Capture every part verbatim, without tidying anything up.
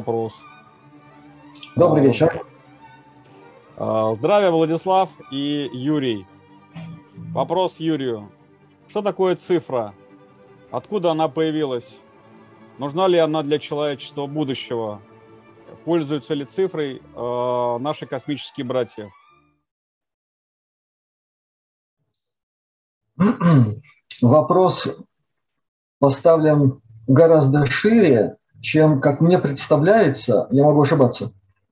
вопрос. Добрый вечер. Здравия, Владислав и Юрий. Вопрос Юрию. Что такое цифра? Откуда она появилась? Нужна ли она для человечества будущего? Пользуются ли цифрой э, наши космические братья? Вопрос поставлен гораздо шире, чем, как мне представляется, я могу ошибаться.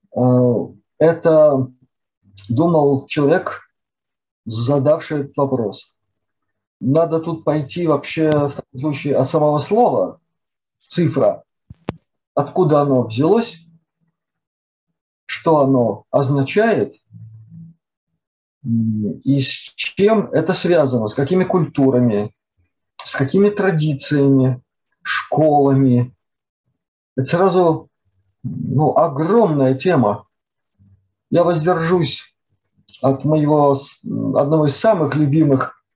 Это думал человек, задавший этот вопрос. Надо тут пойти вообще в таком случае от самого слова цифра, откуда оно взялось, что оно означает и с чем это связано, с какими культурами, с какими традициями, школами. Это сразу ну, огромная тема. Я воздержусь от моего одного из самых любимых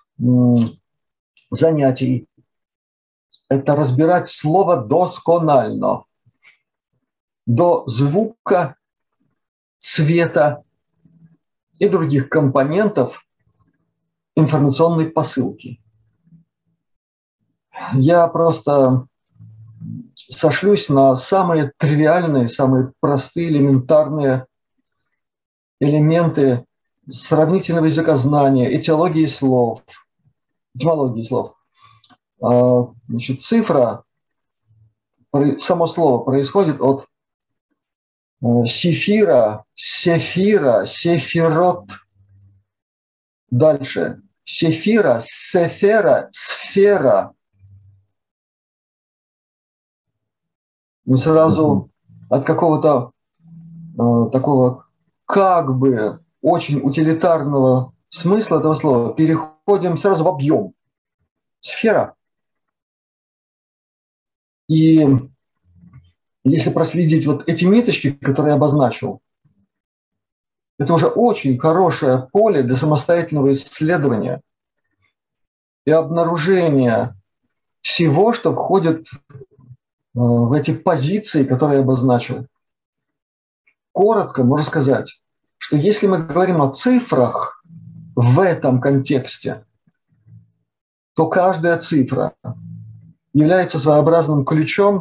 занятий. Это разбирать слово досконально. До звука, цвета и других компонентов информационной посылки. Я просто сошлюсь на самые тривиальные, самые простые, элементарные элементы сравнительного языкознания, этиологии слов, этимологии слов. Значит, цифра, само слово происходит от сефира, сефира, сефирот. Дальше. Сефира, сефера, сфера. Мы сразу от какого-то э, такого как бы очень утилитарного смысла этого слова переходим сразу в объем. Сфера. И если проследить вот эти ниточки, которые я обозначил, это уже очень хорошее поле для самостоятельного исследования и обнаружения всего, что входит в эти позиции, которые я обозначил. Коротко можно сказать, что если мы говорим о цифрах в этом контексте, то каждая цифра является своеобразным ключом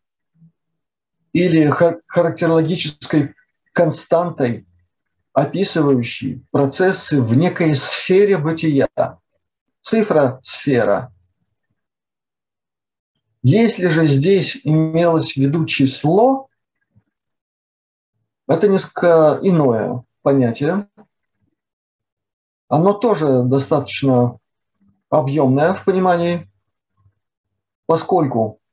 или характерологической константой, описывающей процессы в некой сфере бытия. Цифра – сфера. Если же здесь имелось в виду число, это несколько иное понятие. Оно тоже достаточно объемное в понимании, поскольку,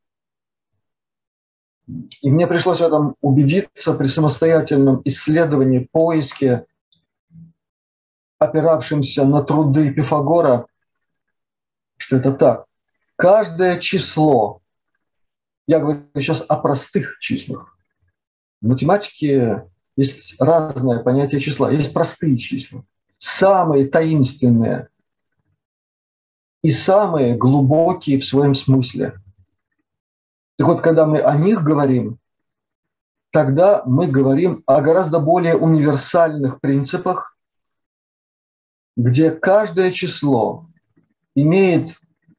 и мне пришлось в этом убедиться при самостоятельном исследовании, поиске, опиравшемся на труды Пифагора, что это так. Каждое число, я говорю сейчас о простых числах, в математике есть разное понятие числа, есть простые числа, самые таинственные и самые глубокие в своем смысле. Так вот, когда мы о них говорим, тогда мы говорим о гораздо более универсальных принципах, где каждое число имеет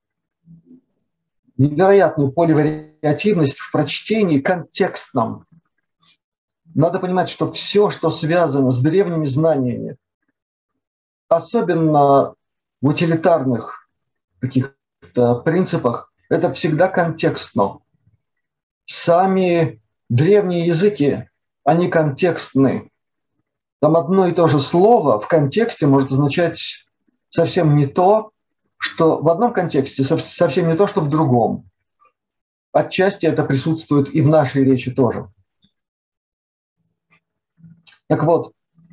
невероятную поливариативность в прочтении контекстном. Надо понимать, что все, что связано с древними знаниями, особенно в утилитарных каких-то принципах, это всегда контекстно. Сами древние языки, они контекстны. Там одно и то же слово в контексте может означать совсем не то, что в одном контексте, совсем не то, что в другом. Отчасти это присутствует и в нашей речи тоже. Так вот,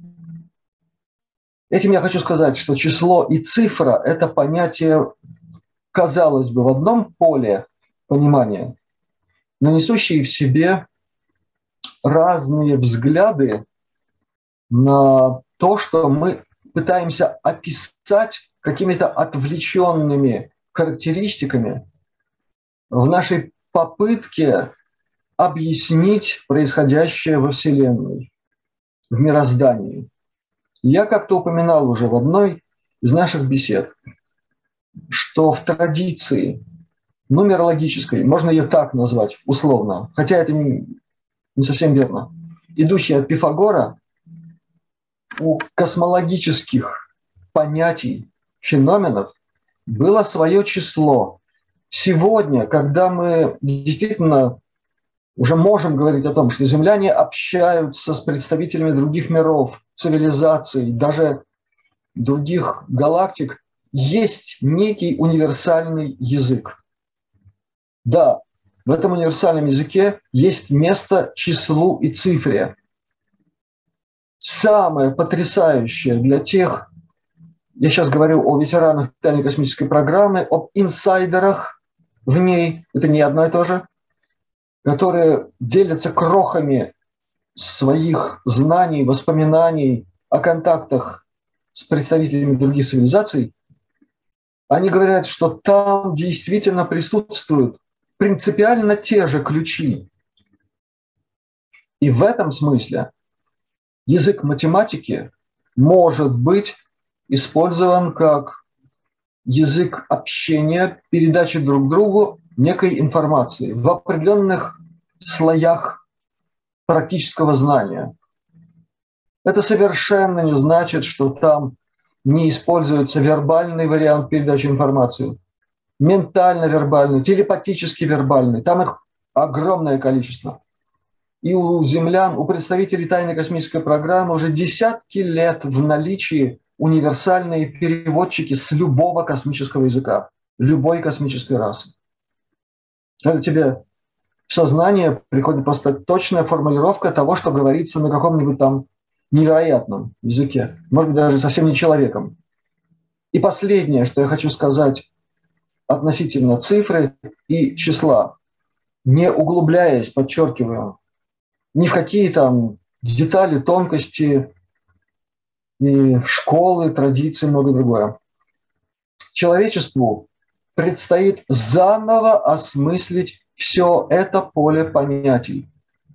этим я хочу сказать, что число и цифра – это понятие, казалось бы, в одном поле понимания, но несущие в себе разные взгляды на то, что мы пытаемся описать какими-то отвлеченными характеристиками в нашей попытке объяснить происходящее во Вселенной, в мироздании. Я как-то упоминал уже в одной из наших бесед, что в традиции нумерологической, можно ее так назвать условно, хотя это не, не совсем верно, идущей от Пифагора, у космологических понятий, феноменов было свое число. Сегодня, когда мы действительно уже можем говорить о том, что земляне общаются с представителями других миров, цивилизаций, даже других галактик, есть некий универсальный язык. Да, в этом универсальном языке есть место числу и цифре. Самое потрясающее для тех, я сейчас говорю о ветеранах тайной космической программы, об инсайдерах в ней, это не одно и то же, которые делятся крохами своих знаний, воспоминаний о контактах с представителями других цивилизаций, они говорят, что там действительно присутствуют принципиально те же ключи. И в этом смысле язык математики может быть использован как язык общения, передачи друг другу некой информации в определенных слоях практического знания. Это совершенно не значит, что там не используется вербальный вариант передачи информации, ментально-вербальный, телепатически-вербальный. Там их огромное количество. И у землян, у представителей тайной космической программы уже десятки лет в наличии универсальные переводчики с любого космического языка, любой космической расы. Когда тебе в сознание приходит просто точная формулировка того, что говорится на каком-нибудь там невероятном языке, может быть, даже совсем не человеком. И последнее, что я хочу сказать относительно цифры и числа, не углубляясь, подчеркиваю, ни в какие там детали, тонкости, и школы, традиции, многое другое. Человечеству предстоит заново осмыслить все это поле понятий.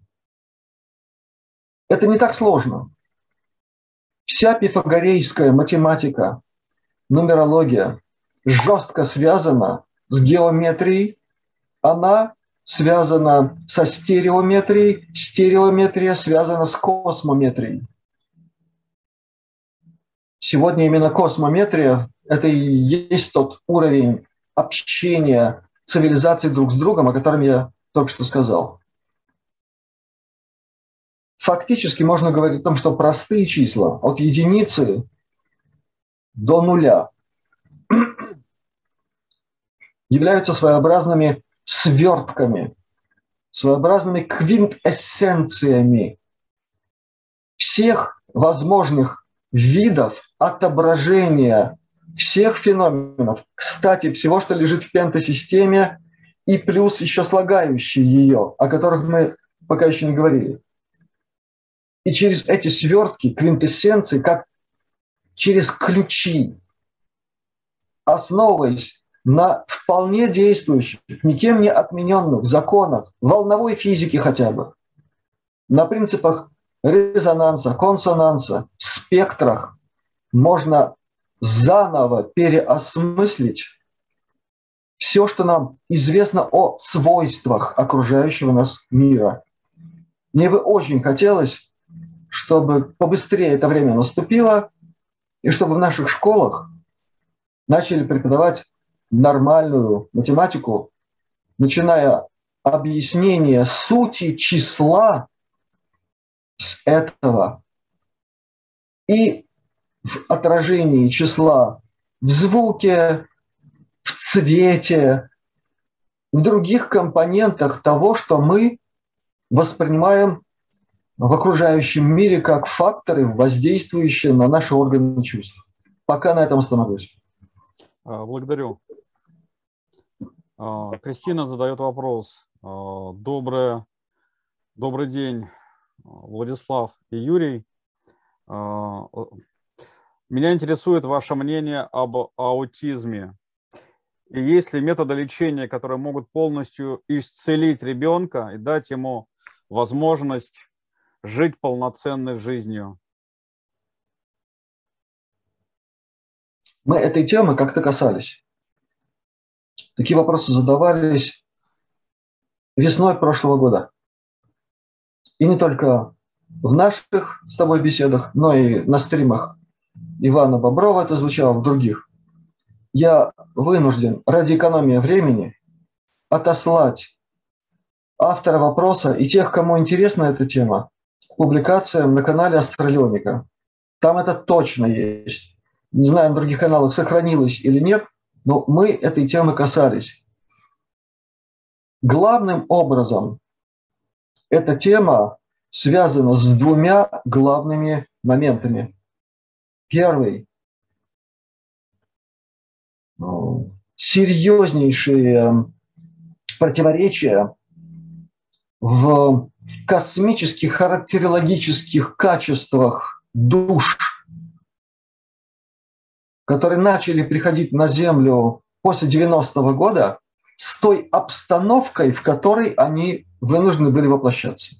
Это не так сложно. Вся пифагорейская математика, нумерология жестко связана с геометрией, она связана со стереометрией, стереометрия связана с космометрией. Сегодня именно космометрия – это и есть тот уровень общения цивилизаций друг с другом, о котором я только что сказал. Фактически можно говорить о том, что простые числа от единицы до нуля являются своеобразными свертками, своеобразными квинтэссенциями всех возможных видов отображения всех феноменов, кстати, всего, что лежит в пентасистеме, и плюс еще слагающие ее, о которых мы пока еще не говорили. И через эти свертки, квинтэссенции, как через ключи, основываясь на вполне действующих, никем не отмененных законах, волновой физики хотя бы, на принципах резонанса, консонанса, спектрах, можно заново переосмыслить все, что нам известно о свойствах окружающего нас мира. Мне бы очень хотелось, чтобы побыстрее это время наступило, и чтобы в наших школах начали преподавать нормальную математику, начиная объяснение сути числа с этого и в отражении числа в звуке, в цвете, в других компонентах того, что мы воспринимаем в окружающем мире как факторы, воздействующие на наши органы чувств. Пока на этом остановлюсь. Благодарю. Кристина задает вопрос. Доброе, добрый день, Владислав и Юрий. Меня интересует ваше мнение об аутизме. И есть ли методы лечения, которые могут полностью исцелить ребенка и дать ему возможность жить полноценной жизнью? Мы этой темы как-то касались. Такие вопросы задавались весной прошлого года. И не только в наших с тобой беседах, но и на стримах Ивана Боброва это звучало, в других. Я вынужден ради экономии времени отослать автора вопроса и тех, кому интересна эта тема, к публикациям на канале Астралионика. Там это точно есть. Не знаю, на других каналах сохранилось или нет, но мы этой темы касались. Главным образом эта тема связана с двумя главными моментами. Первый – серьезнейшие противоречия в космических характерологических качествах душ, которые начали приходить на Землю после девяностого года, с той обстановкой, в которой они вынуждены были воплощаться.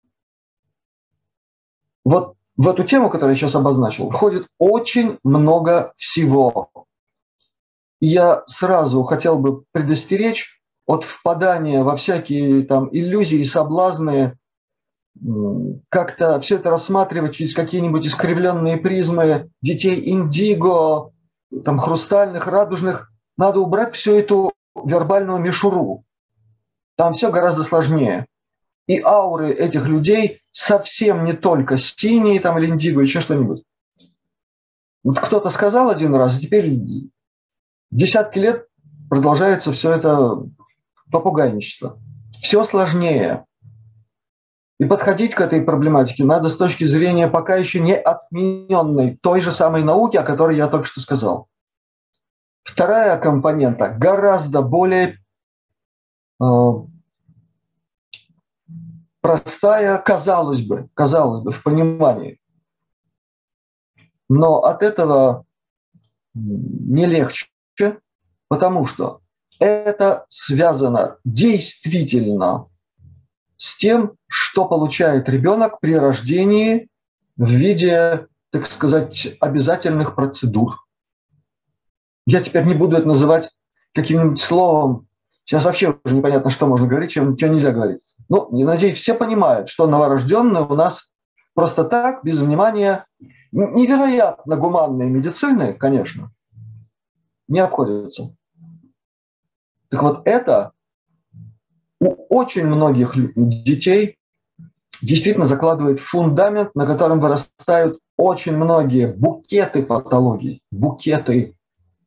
Вот в эту тему, которую я сейчас обозначил, входит очень много всего. И я сразу хотел бы предостеречь от впадания во всякие там иллюзии и соблазны, как-то все это рассматривать через какие-нибудь искривленные призмы детей индиго, там, хрустальных, радужных. Надо убрать всю эту вербальную мишуру. Там все гораздо сложнее. И ауры этих людей совсем не только синие там, или индиго, еще что-нибудь. Вот кто-то сказал один раз, и теперь десятки лет продолжается все это попугайничество. Все сложнее. И подходить к этой проблематике надо с точки зрения пока еще не отмененной той же самой науки, о которой я только что сказал. Вторая компонента гораздо более э, простая, казалось бы, казалось бы, в понимании. Но от этого не легче, потому что это связано действительно с тем, что получает ребенок при рождении в виде, так сказать, обязательных процедур. Я теперь не буду это называть каким-нибудь словом. Сейчас вообще уже непонятно, что можно говорить, чем, чем нельзя говорить. Ну, я надеюсь, все понимают, что новорожденные у нас просто так, без внимания, невероятно гуманные медицины, конечно, не обходятся. Так вот, это у очень многих детей действительно закладывает фундамент, на котором вырастают очень многие букеты патологий, букеты.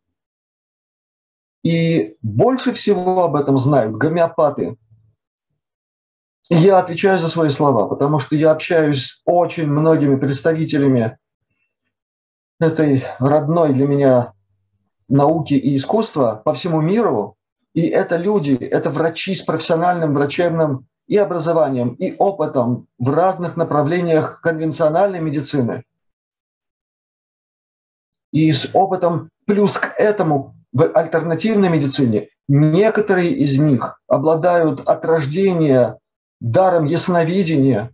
И больше всего об этом знают гомеопаты. И я отвечаю за свои слова, потому что я общаюсь с очень многими представителями этой родной для меня науки и искусства по всему миру. И это люди, это врачи с профессиональным врачебным и образованием, и опытом в разных направлениях конвенциональной медицины. И с опытом плюс к этому в альтернативной медицине. Некоторые из них обладают от рождения даром ясновидения,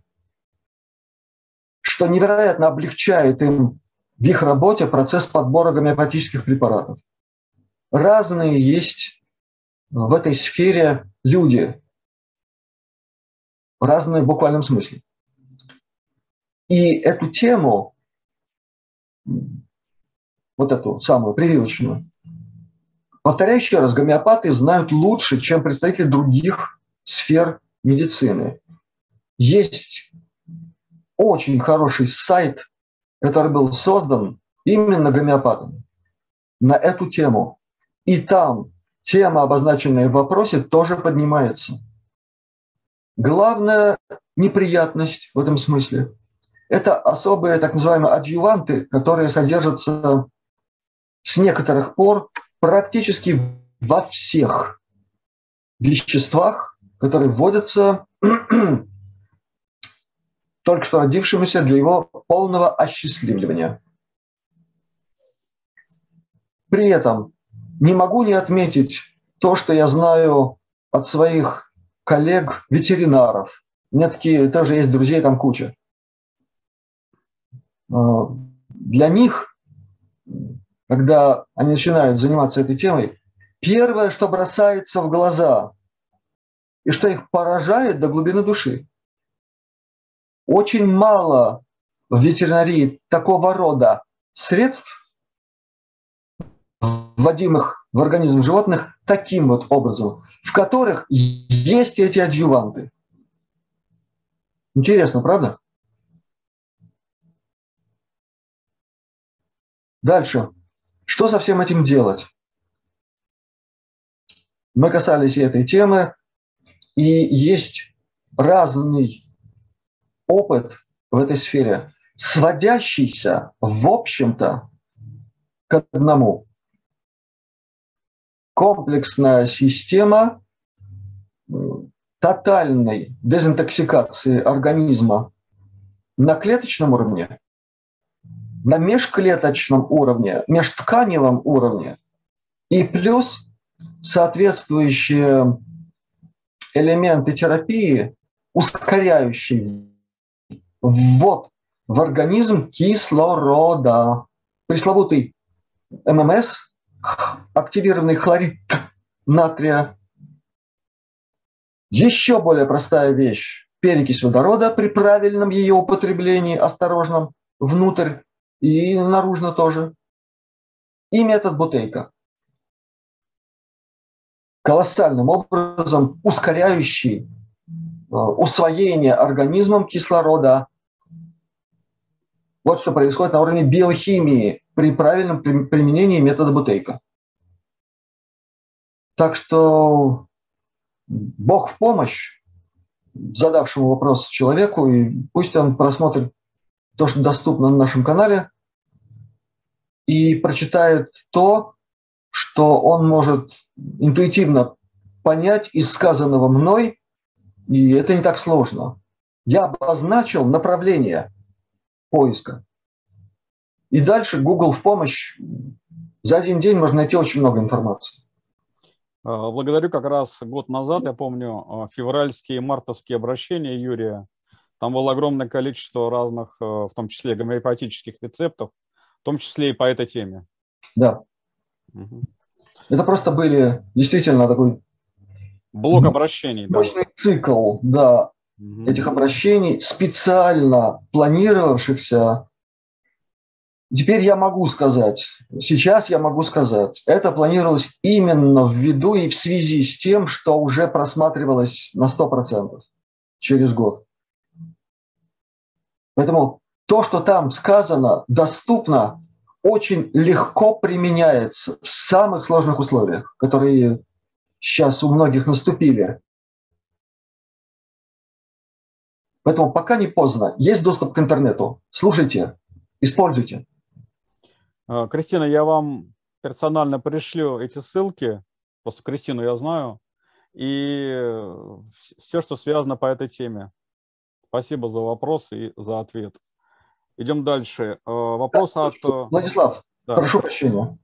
что невероятно облегчает им в их работе процесс подбора гомеопатических препаратов. Разные есть в этой сфере люди, разные в буквальном смысле. И эту тему, вот эту самую прививочную, повторяю еще раз, гомеопаты знают лучше, чем представители других сфер медицины. Есть очень хороший сайт, который был создан именно гомеопатами на эту тему. И там тема, обозначенная в вопросе, тоже поднимается. Главная неприятность в этом смысле – это особые так называемые адъюванты, которые содержатся с некоторых пор практически во всех веществах, которые вводятся только что родившемуся для его полного осчастливливания. При этом не могу не отметить то, что я знаю от своих коллег-ветеринаров. У меня такие тоже есть друзей, там куча. Для них, когда они начинают заниматься этой темой, первое, что бросается в глаза и что их поражает до глубины души, очень мало в ветеринарии такого рода средств, вводимых в организм животных таким вот образом, в которых есть эти адъюванты. Интересно, правда? Дальше. Что со всем этим делать? Мы касались этой темы, и есть разный опыт в этой сфере, сводящийся, в общем-то, к одному. Комплексная система тотальной дезинтоксикации организма на клеточном уровне, на межклеточном уровне, межтканевом уровне и плюс соответствующие элементы терапии, ускоряющие ввод в организм кислорода. Пресловутый эм эм эс, активированный хлорид натрия. Еще более простая вещь – перекись водорода при правильном ее употреблении, осторожном, внутрь и наружно тоже. И метод Бутейко. Колоссальным образом ускоряющий усвоение организмом кислорода. Вот что происходит на уровне биохимии при правильном применении метода Бутейко. Так что Бог в помощь задавшему вопрос человеку, и пусть он просмотрит то, что доступно на нашем канале, и прочитает то, что он может интуитивно понять из сказанного мной, и это не так сложно. Я обозначил направление поиска. И дальше Google в помощь. За один день можно найти очень много информации. Благодарю. Как раз год назад, я помню, февральские и мартовские обращения Юрия. Там было огромное количество разных, в том числе гомеопатических рецептов, в том числе и по этой теме. Да. Угу. Это просто были действительно такой блок обращений. Мощный да. цикл, да, угу. этих обращений, специально планировавшихся. Теперь я могу сказать, сейчас я могу сказать, это планировалось именно ввиду и в связи с тем, что уже просматривалось на сто процентов через год. Поэтому то, что там сказано, доступно, очень легко применяется в самых сложных условиях, которые сейчас у многих наступили. Поэтому пока не поздно, есть доступ к интернету, слушайте, используйте. Кристина, я вам персонально пришлю эти ссылки, просто Кристину я знаю, и все, что связано по этой теме. Спасибо за вопрос и за ответ. Идем дальше. Вопрос от... Владислав, да. Прошу прощения.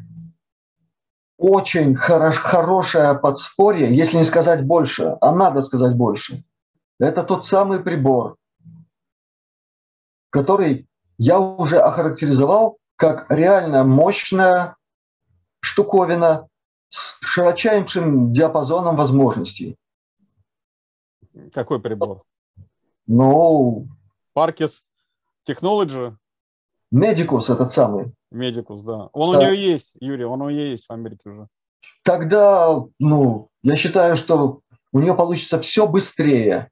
Очень хорош, хорошее подспорье, если не сказать больше, а надо сказать больше. Это тот самый прибор, который я уже охарактеризовал как реально мощная штуковина с широчайшим диапазоном возможностей. Какой прибор? Ну... Parkes Technology? Medicus этот самый. Medicus, да. Он да. у нее есть, Юрий, он у нее есть в Америке уже. Тогда, ну, я считаю, что у нее получится все быстрее.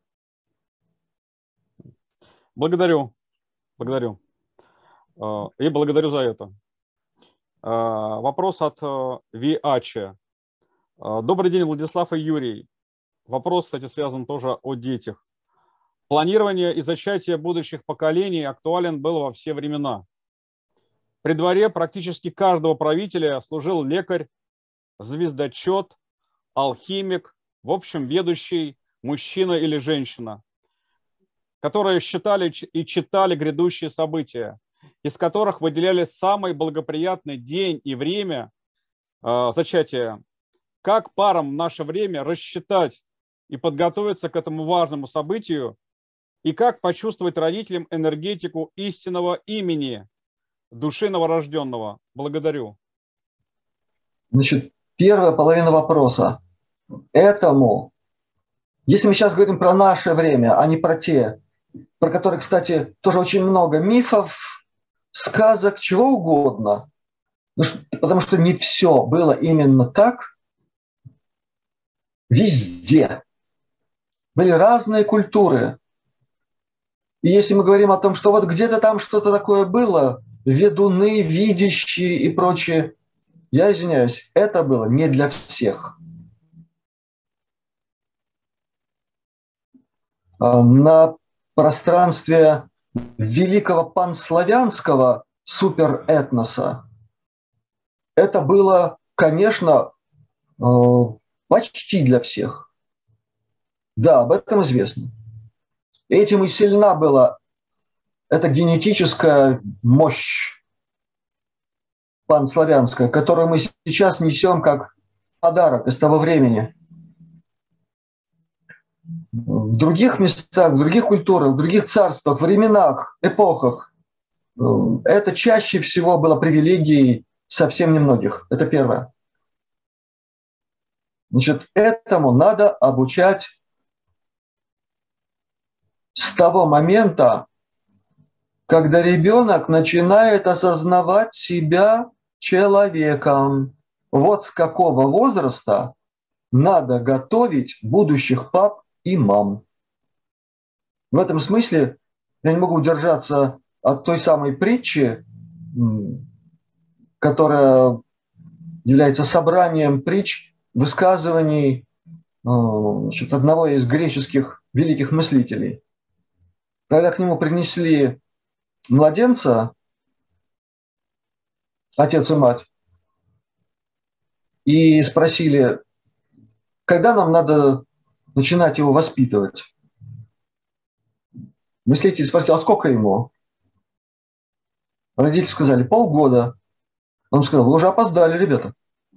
Благодарю. Благодарю. И благодарю за это. Вопрос от Виача. Добрый день, Владислав и Юрий. Вопрос, кстати, связан тоже о детях. Планирование и зачатие будущих поколений актуален был во все времена. При дворе практически каждого правителя служил лекарь, звездочет, алхимик, в общем, ведущий мужчина или женщина, которые считали и читали грядущие события, из которых выделяли самый благоприятный день и время э, зачатия. Как парам в наше время рассчитать и подготовиться к этому важному событию, и как почувствовать родителям энергетику истинного имени души новорожденного? Благодарю. Значит, первая половина вопроса. Этому, если мы сейчас говорим про наше время, а не про те, про которые, кстати, тоже очень много мифов, сказок, чего угодно, потому что не все было именно так везде. Были разные культуры. И если мы говорим о том, что вот где-то там что-то такое было, ведуны, видящие и прочее, я извиняюсь, это было не для всех. На пространстве великого панславянского суперэтноса это было, конечно, почти для всех. Да, об этом известно. Этим и сильна была эта генетическая мощь панславянская, которую мы сейчас несем как подарок из того времени. В других местах, в других культурах, в других царствах, временах, эпохах это чаще всего было привилегией совсем немногих. Это первое. Значит, этому надо обучать с того момента, когда ребенок начинает осознавать себя человеком. Вот с какого возраста надо готовить будущих пап и мам. В этом смысле я не могу удержаться от той самой притчи, которая является собранием притч, высказываний значит, одного из греческих великих мыслителей. Когда к нему принесли младенца, отец и мать, и спросили, когда нам надо начинать его воспитывать. Мыслитель спросил, а сколько ему? Родители сказали, полгода. Он сказал, вы уже опоздали, ребята.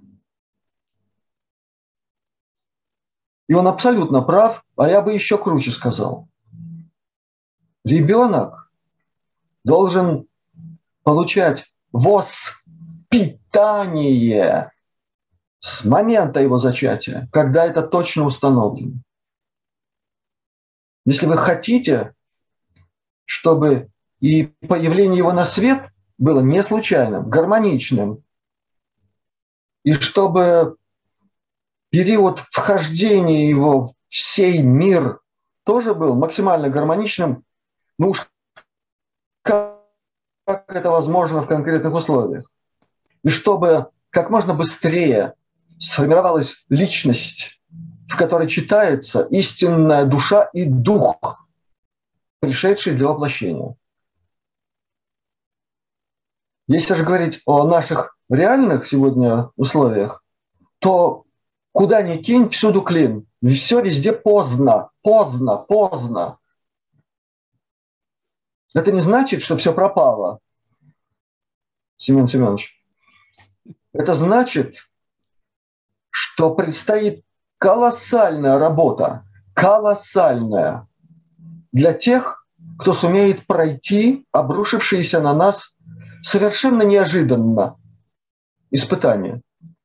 И он абсолютно прав, а я бы еще круче сказал. Ребенок должен получать воспитание с момента его зачатия, когда это точно установлено. Если вы хотите, чтобы и появление его на свет было не случайным, гармоничным, и чтобы период вхождения его в сей мир тоже был максимально гармоничным, ну уж как это возможно в конкретных условиях. И чтобы как можно быстрее сформировалась личность, в которой читается истинная душа и дух, пришедший для воплощения. Если же говорить о наших реальных сегодня условиях, то куда ни кинь, всюду клин. Все везде поздно, поздно, поздно. Это не значит, что все пропало, Семен Семенович. Это значит, что предстоит колоссальная работа, колоссальная для тех, кто сумеет пройти обрушившиеся на нас совершенно неожиданно испытания.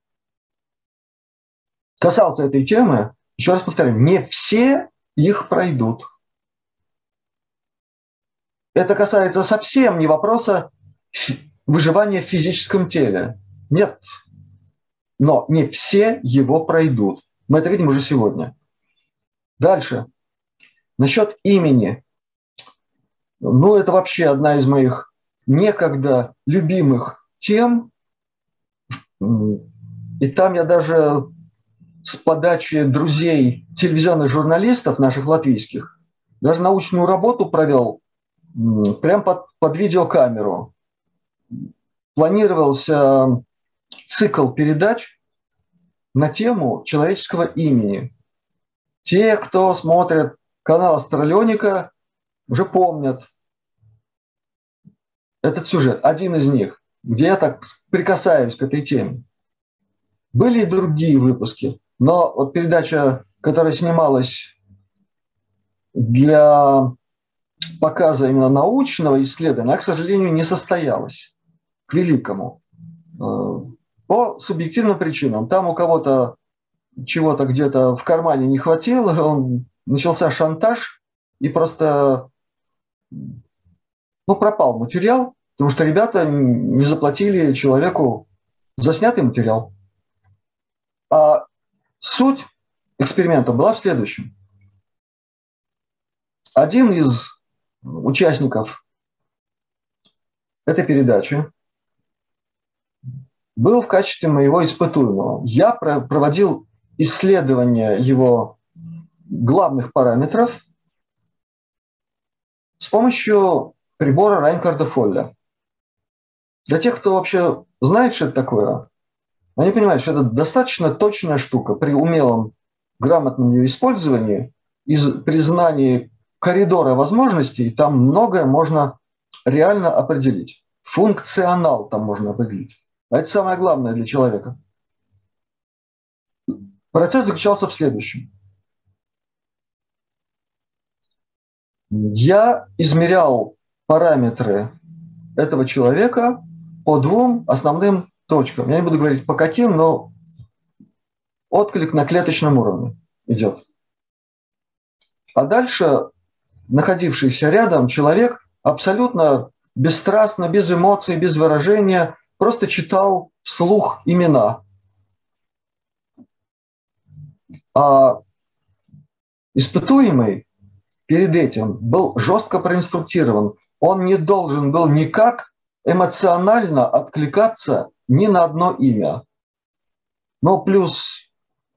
Касался этой темы, еще раз повторю, не все их пройдут. Это касается совсем не вопроса выживания в физическом теле. Нет. Но не все его пройдут. Мы это видим уже сегодня. Дальше. Насчет имени. Ну, это вообще одна из моих некогда любимых тем. И там я даже с подачи друзей телевизионных журналистов, наших латвийских, даже научную работу провел прямо под, под видеокамеру. Планировался цикл передач на тему человеческого имени. Те, кто смотрит канал Астралёника, уже помнят этот сюжет, один из них, где я так прикасаюсь к этой теме. Были и другие выпуски, но вот передача, которая снималась для показа именно научного исследования, она, к сожалению, не состоялась, к великому. По субъективным причинам. Там у кого-то чего-то где-то в кармане не хватило, он, начался шантаж, и просто ну, пропал материал, потому что ребята не заплатили человеку за снятый материал. А суть эксперимента была в следующем. Один из участников этой передачи был в качестве моего испытуемого. Я проводил исследование его главных параметров с помощью прибора Райнхарда-Фолля. Для тех, кто вообще знает, что это такое, они понимают, что это достаточно точная штука. При умелом, грамотном ее использовании, из, при знании коридора возможностей, там многое можно реально определить. Функционал там можно определить. А это самое главное для человека. Процесс заключался в следующем. Я измерял параметры этого человека по двум основным точкам. Я не буду говорить по каким, но отклик на клеточном уровне идет. А дальше находившийся рядом человек абсолютно бесстрастно, без эмоций, без выражения, просто читал вслух имена. А испытуемый перед этим был жестко проинструктирован. Он не должен был никак эмоционально откликаться ни на одно имя. Ну, плюс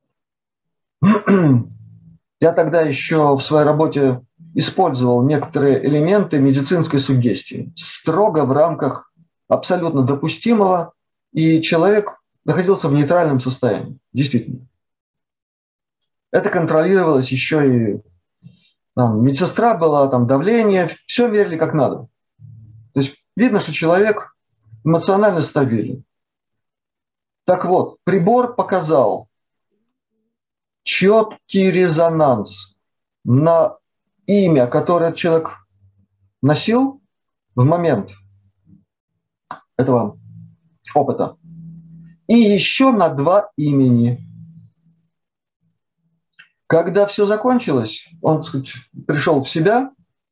я тогда еще в своей работе использовал некоторые элементы медицинской суггестии, строго в рамках абсолютно допустимого, и человек находился в нейтральном состоянии, действительно. Это контролировалось еще и там, медсестра была, там давление, все мерили как надо. То есть видно, что человек эмоционально стабилен. Так вот, прибор показал четкий резонанс на имя, которое человек носил в момент этого опыта, и еще на два имени. Когда все закончилось, он, так сказать, пришел в себя,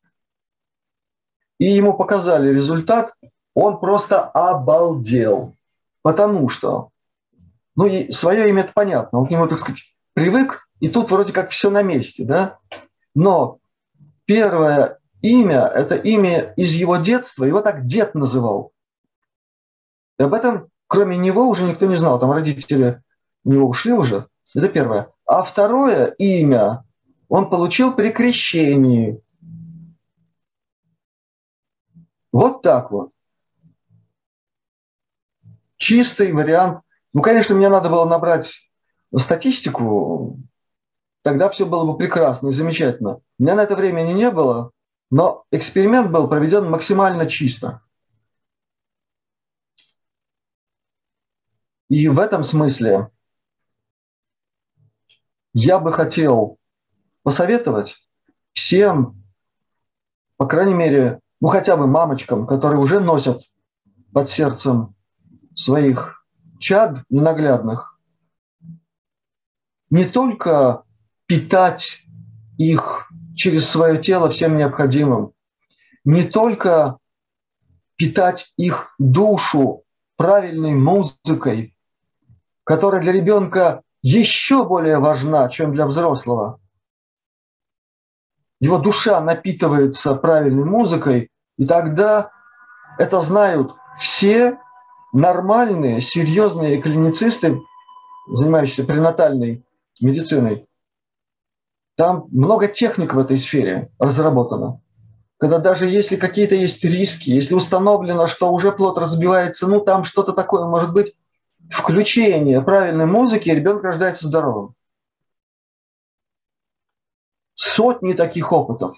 и ему показали результат, он просто обалдел. Потому что, ну, и свое имя это понятно, он к нему, так сказать, привык, и тут вроде как все на месте, да? Но первое имя – это имя из его детства, его так дед называл. И об этом, кроме него, уже никто не знал. Там родители у него ушли уже. Это первое. А второе имя он получил при крещении. Вот так вот. Чистый вариант. Ну, конечно, мне надо было набрать статистику, тогда все было бы прекрасно и замечательно. У меня на это времени не было, но эксперимент был проведен максимально чисто. И в этом смысле я бы хотел посоветовать всем, по крайней мере, ну хотя бы мамочкам, которые уже носят под сердцем своих чад ненаглядных, не только питать их через свое тело всем необходимым, не только питать их душу правильной музыкой, которая для ребенка еще более важна, чем для взрослого. Его душа напитывается правильной музыкой, и тогда это знают все нормальные, серьезные клиницисты, занимающиеся пренатальной медициной. Там много техник в этой сфере разработано. Когда даже если какие-то есть риски, если установлено, что уже плод разбивается, ну там что-то такое может быть, включение правильной музыки, и ребенок рождается здоровым. Сотни таких опытов.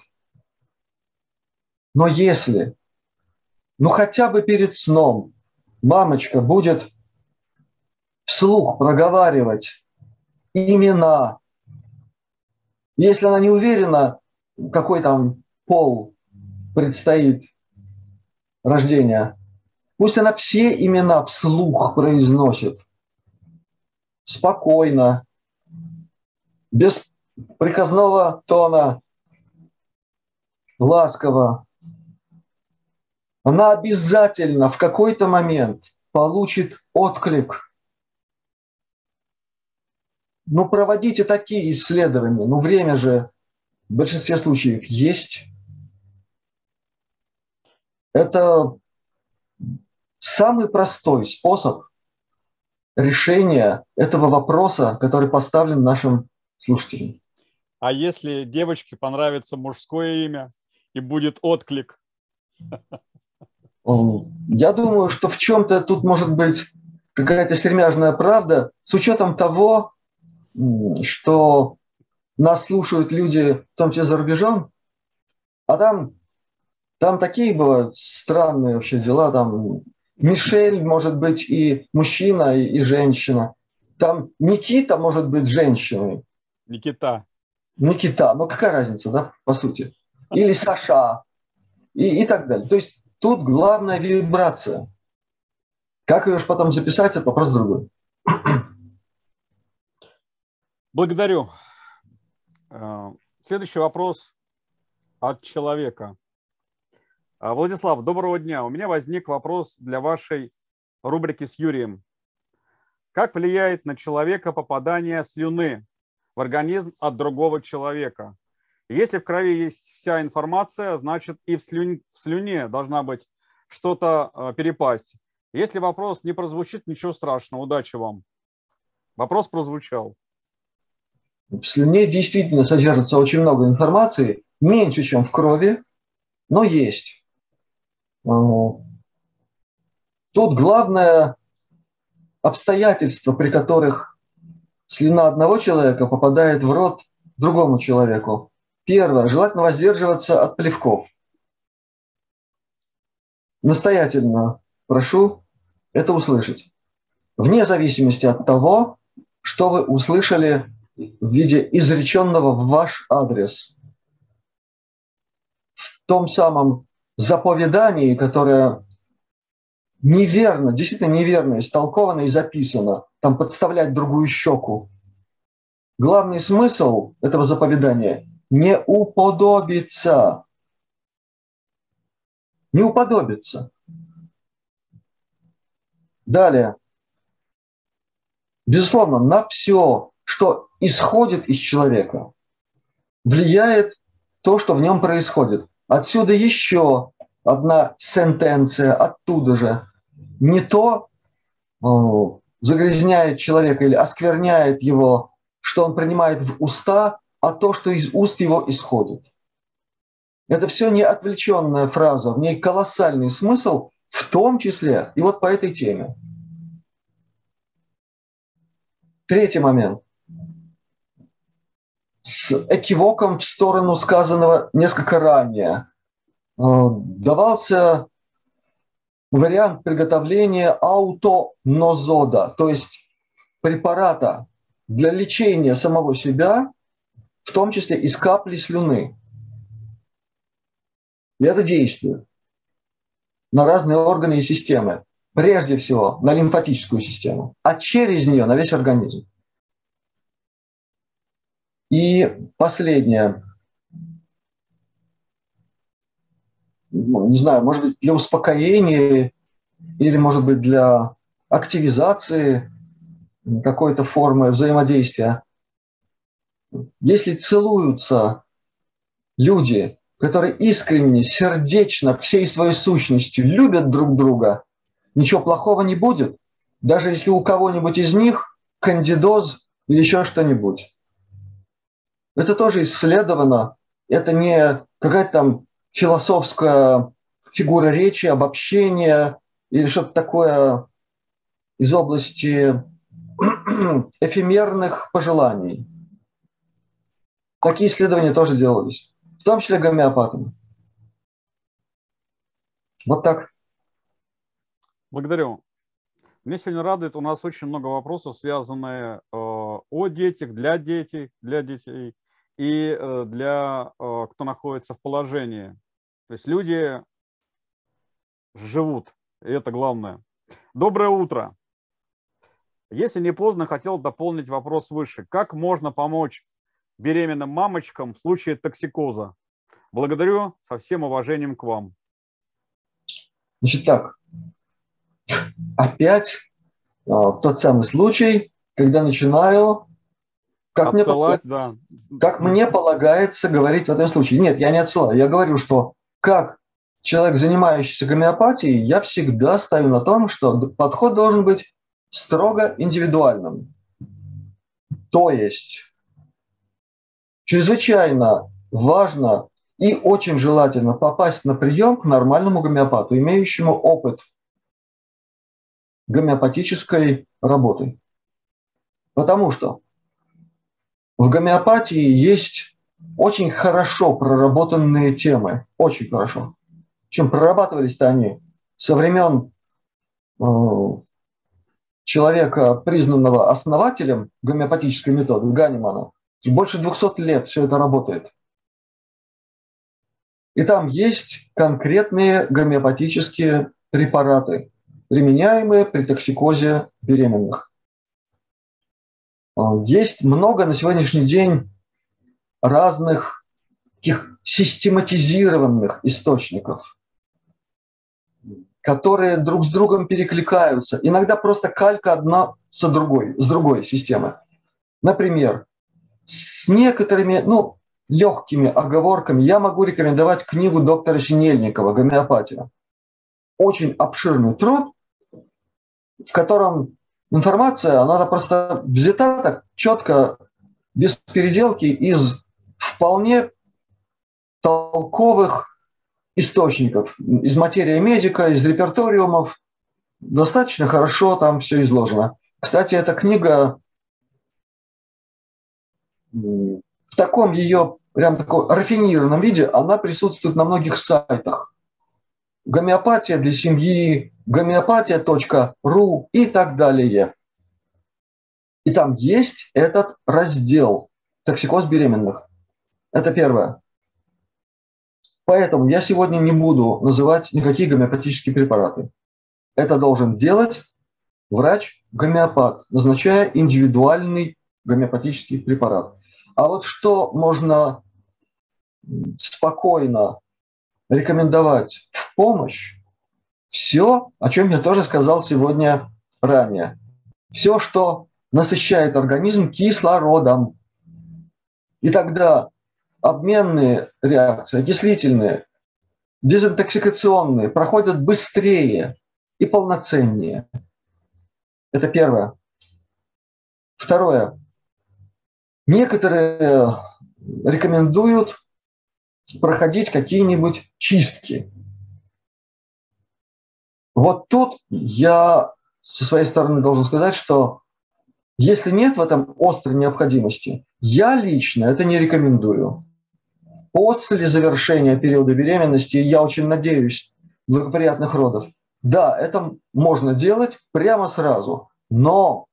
Но если, ну хотя бы перед сном, мамочка будет вслух проговаривать имена. Если она не уверена, какой там пол предстоит рождения, пусть она все имена вслух произносит. Спокойно, без приказного тона, ласково. Она обязательно в какой-то момент получит отклик. Ну, проводите такие исследования. Ну, время же в большинстве случаев есть. Это самый простой способ решения этого вопроса, который поставлен нашим слушателям. А если девочке понравится мужское имя и будет отклик? Я думаю, что в чем-то тут может быть какая-то сермяжная правда, с учетом того, что нас слушают люди, в том числе за рубежом, а там, там такие бывают странные вообще дела, там Мишель может быть и мужчина, и, и женщина. Там Никита может быть женщиной. Никита. Никита, ну какая разница, да, по сути. Или Саша, и, и так далее. То есть тут главная вибрация. Как ее же потом записать, это вопрос другой. Благодарю. Следующий вопрос от человека. Владислав, доброго дня. У меня возник вопрос для вашей рубрики с Юрием. Как влияет на человека попадание слюны в организм от другого человека? Если в крови есть вся информация, значит и в слюне, в слюне должна быть что-то перепасть. Если вопрос не прозвучит, ничего страшного. Удачи вам. Вопрос прозвучал. В слюне действительно содержится очень много информации, меньше, чем в крови, но есть. Тут главное обстоятельства, при которых слюна одного человека попадает в рот другому человеку. Первое. Желательно воздерживаться от плевков. Настоятельно прошу это услышать. Вне зависимости от того, что вы услышали в виде изреченного в ваш адрес. В том самом заповедании, которое неверно, действительно неверно истолковано и записано, там подставлять другую щеку. Главный смысл этого заповедания – не уподобиться. Не уподобиться. Далее. Безусловно, на все, что исходит из человека, влияет то, что в нем происходит. Отсюда еще одна сентенция, оттуда же. Не то о, загрязняет человека или оскверняет его, что он принимает в уста, а то, что из уст его исходит. Это все не отвлеченная фраза, в ней колоссальный смысл, в том числе и вот по этой теме. Третий момент. С экивоком в сторону сказанного несколько ранее давался вариант приготовления аутонозода, то есть препарата для лечения самого себя, в том числе из капли слюны. И это действует на разные органы и системы. Прежде всего на лимфатическую систему, а через нее на весь организм. И последнее. Не знаю, может быть, для успокоения или, может быть, для активизации какой-то формы взаимодействия. Если целуются люди, которые искренне, сердечно, всей своей сущностью любят друг друга, ничего плохого не будет, даже если у кого-нибудь из них кандидоз или еще что-нибудь. Это тоже исследовано. Это не какая-то там философская фигура речи, обобщение или что-то такое из области эфемерных пожеланий. Такие исследования тоже делались, в том числе гомеопатами. Вот так. Благодарю. Мне сегодня радует, у нас очень много вопросов, связанных э, о детях, для детей, для детей и э, для э, кто находится в положении. То есть люди живут, и это главное. Доброе утро. Если не поздно, хотел дополнить вопрос выше. Как можно помочь беременным мамочкам в случае токсикоза? Благодарю, со всем уважением к вам. Значит так, опять а, тот самый случай, когда начинаю, как мне, Отсылать, да. как мне полагается говорить в этом случае. Нет, я не отсылаю. Я говорю, что как человек, занимающийся гомеопатией, я всегда ставлю на том, что подход должен быть строго индивидуальным. То есть чрезвычайно важно и очень желательно попасть на прием к нормальному гомеопату, имеющему опыт гомеопатической работы. Потому что в гомеопатии есть очень хорошо проработанные темы, очень хорошо. Причем прорабатывались-то они со времен э, человека, признанного основателем гомеопатической методы, Ганимана. Больше двухсот лет все это работает. И там есть конкретные гомеопатические препараты, применяемые при токсикозе беременных. Есть много на сегодняшний день разных таких систематизированных источников, которые друг с другом перекликаются. Иногда просто калька одна со другой, с другой системы. Например, с некоторыми, ну, легкими оговорками я могу рекомендовать книгу доктора Синельникова «Гомеопатия». Очень обширный труд, в котором информация, она просто взята так четко, без переделки, из вполне толковых источников, из материи медика, из реперториумов. Достаточно хорошо там все изложено. Кстати, эта книга в таком ее прям таком рафинированном виде, она присутствует на многих сайтах. Гомеопатия для семьи, гомеопатия точка ру и так далее. И там есть этот раздел «Токсикоз беременных». Это первое. Поэтому я сегодня не буду называть никакие гомеопатические препараты. Это должен делать врач-гомеопат, назначая индивидуальный гомеопатический препарат. А вот что можно спокойно рекомендовать в помощь, все, о чем я тоже сказал сегодня ранее. Все, что насыщает организм кислородом. И тогда обменные реакции, окислительные, дезинтоксикационные проходят быстрее и полноценнее. Это первое. Второе. Некоторые рекомендуют проходить какие-нибудь чистки. Вот тут я со своей стороны должен сказать, что если нет в этом острой необходимости, я лично это не рекомендую. После завершения периода беременности, я очень надеюсь, благоприятных родов, да, это можно делать прямо сразу, но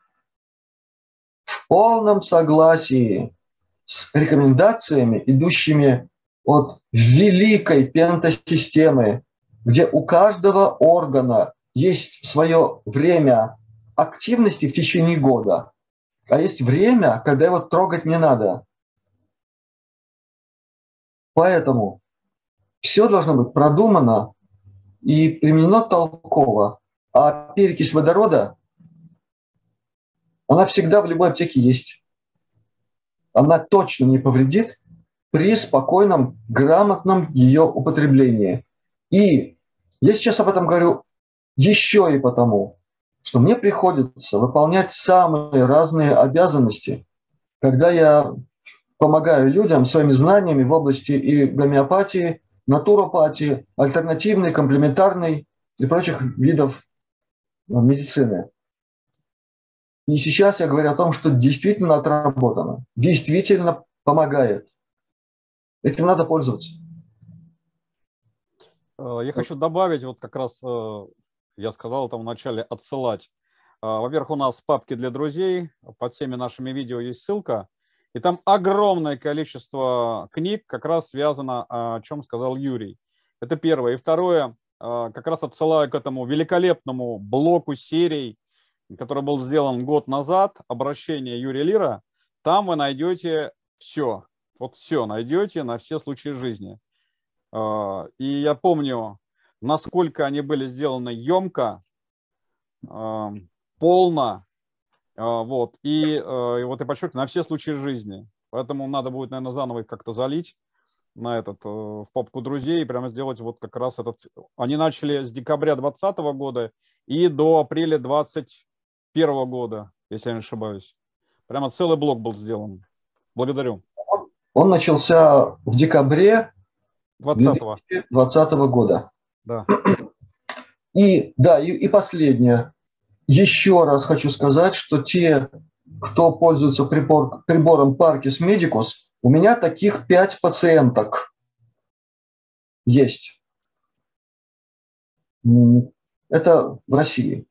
в полном согласии с рекомендациями, идущими от великой пентасистемы, где у каждого органа есть свое время активности в течение года, а есть время, когда его трогать не надо. Поэтому все должно быть продумано и применено толково. А перекись водорода, она всегда в любой аптеке есть. Она точно не повредит при спокойном, грамотном ее употреблении. И я сейчас об этом говорю еще и потому, что мне приходится выполнять самые разные обязанности, когда я помогаю людям своими знаниями в области и гомеопатии, натуропатии, альтернативной, комплементарной и прочих видов медицины. И сейчас я говорю о том, что действительно отработано, действительно помогает. Этим надо пользоваться. Я хочу добавить вот как раз я сказал там вначале, отсылать. Во-первых, у нас в папке для друзей под всеми нашими видео есть ссылка, и там огромное количество книг как раз связано, о чем сказал Юрий. Это первое. И второе, как раз отсылаю к этому великолепному блоку серий, который был сделан год назад, обращение Юрия Лира. Там вы найдете все, вот все найдете на все случаи жизни. И я помню, насколько они были сделаны емко, полно, вот, и, и вот и подчеркну, на все случаи жизни. Поэтому надо будет, наверное, заново их как-то залить на этот, в папку друзей и прямо сделать вот как раз этот. Они начали с декабря двадцатого года и до апреля двадцать первого года, если я не ошибаюсь. Прямо целый блок был сделан. Благодарю. Он, он начался в декабре двадцатого две тысячи двадцатого года. Да. И, да, и, и последнее. Еще раз хочу сказать, что те, кто пользуется прибор, прибором Parkis Medicus, у меня таких пять пациенток есть. Это в России.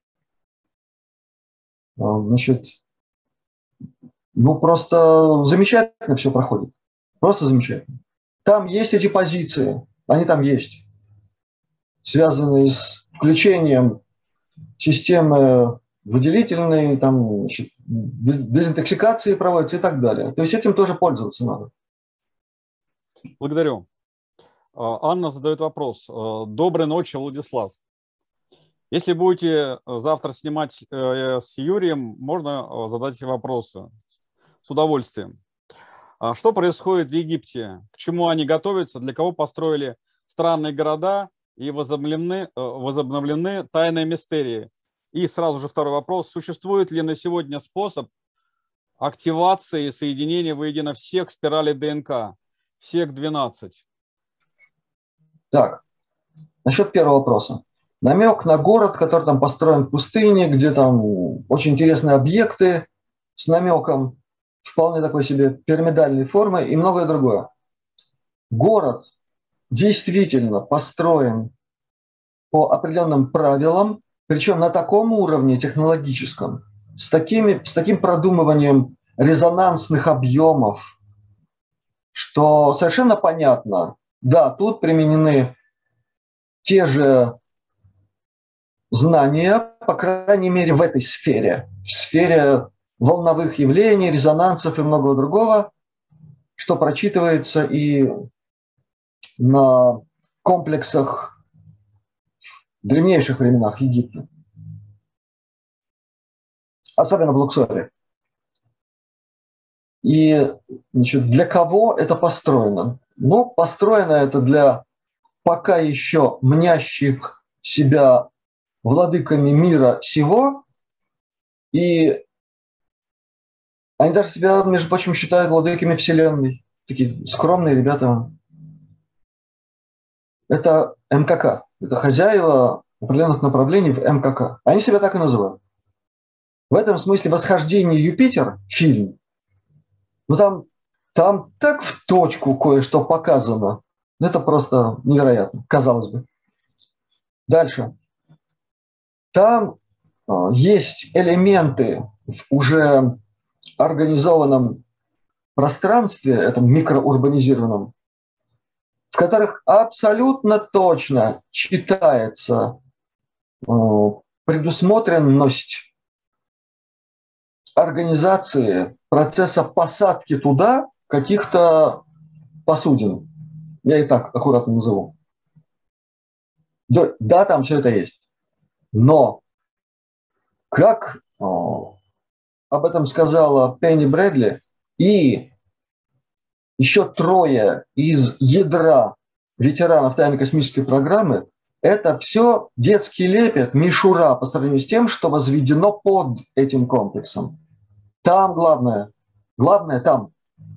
Значит, ну просто замечательно все проходит. Просто замечательно. Там есть эти позиции, они там есть, связанные с включением системы выделительной, там, значит, дезинтоксикации проводится и так далее. То есть этим тоже пользоваться надо. Благодарю. Анна задает вопрос. Доброй ночи, Владислав. Если будете завтра снимать с Юрием, можно задать вопросы. С удовольствием. Что происходит в Египте? К чему они готовятся? Для кого построили странные города? И возобновлены, возобновлены тайные мистерии? И сразу же второй вопрос. Существует ли на сегодня способ активации и соединения воедино всех спиралей ДНК? Всех двенадцать. Так, насчет первого вопроса. Намек на город, который там построен в пустыне, где там очень интересные объекты с намеком, вполне такой себе пирамидальной формы и многое другое. Город действительно построен по определенным правилам, причем на таком уровне технологическом, с, такими, с таким продумыванием резонансных объемов, что совершенно понятно, да, тут применены те же знания, по крайней мере, в этой сфере, в сфере волновых явлений, резонансов и многого другого, что прочитывается и на комплексах в древнейших временах Египта, особенно в Луксоре. И, значит, для кого это построено? Ну, построено это для пока еще мнящих себя владыками мира сего, и они даже себя, между прочим, считают владыками Вселенной. Такие скромные ребята. Это эм ка ка. Это хозяева определенных направлений в эм ка ка. Они себя так и называют. В этом смысле «Восхождение Юпитер» фильм, ну там, там так в точку кое-что показано. Это просто невероятно, казалось бы. Дальше. Там э, есть элементы в уже организованном пространстве, этом микроурбанизированном, в которых абсолютно точно читается э, предусмотренность организации процесса посадки туда каких-то посудин. Я и так аккуратно назову. Да, да, там все это есть. Но, как о, об этом сказала Пенни Брэдли, и еще трое из ядра ветеранов тайной космической программы, это все детский лепет, мишура по сравнению с тем, что возведено под этим комплексом. Там главное. Главное там.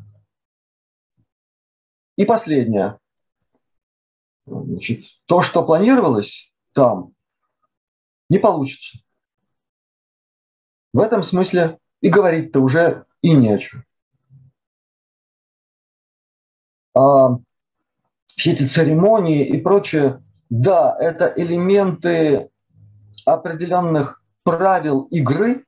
И последнее. Значит, то, что планировалось там, не получится. В этом смысле и говорить-то уже и не о чем. А все эти церемонии и прочее, да, это элементы определенных правил игры,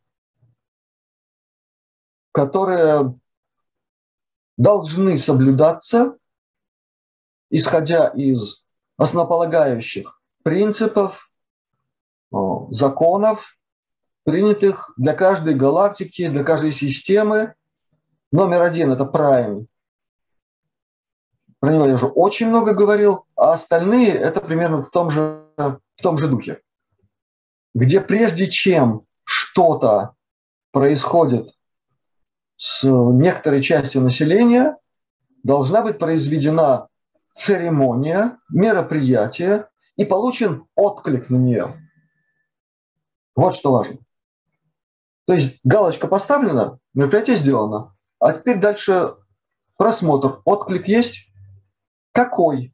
которые должны соблюдаться, исходя из основополагающих принципов, законов, принятых для каждой галактики, для каждой системы. Номер один – это Prime. Про него я уже очень много говорил, а остальные – это примерно в том же, в том же духе. Где прежде чем что-то происходит с некоторой частью населения, должна быть произведена церемония, мероприятие и получен отклик на нее. Вот что важно. То есть галочка поставлена, мероприятие сделано. А теперь дальше просмотр. Отклик есть? Какой?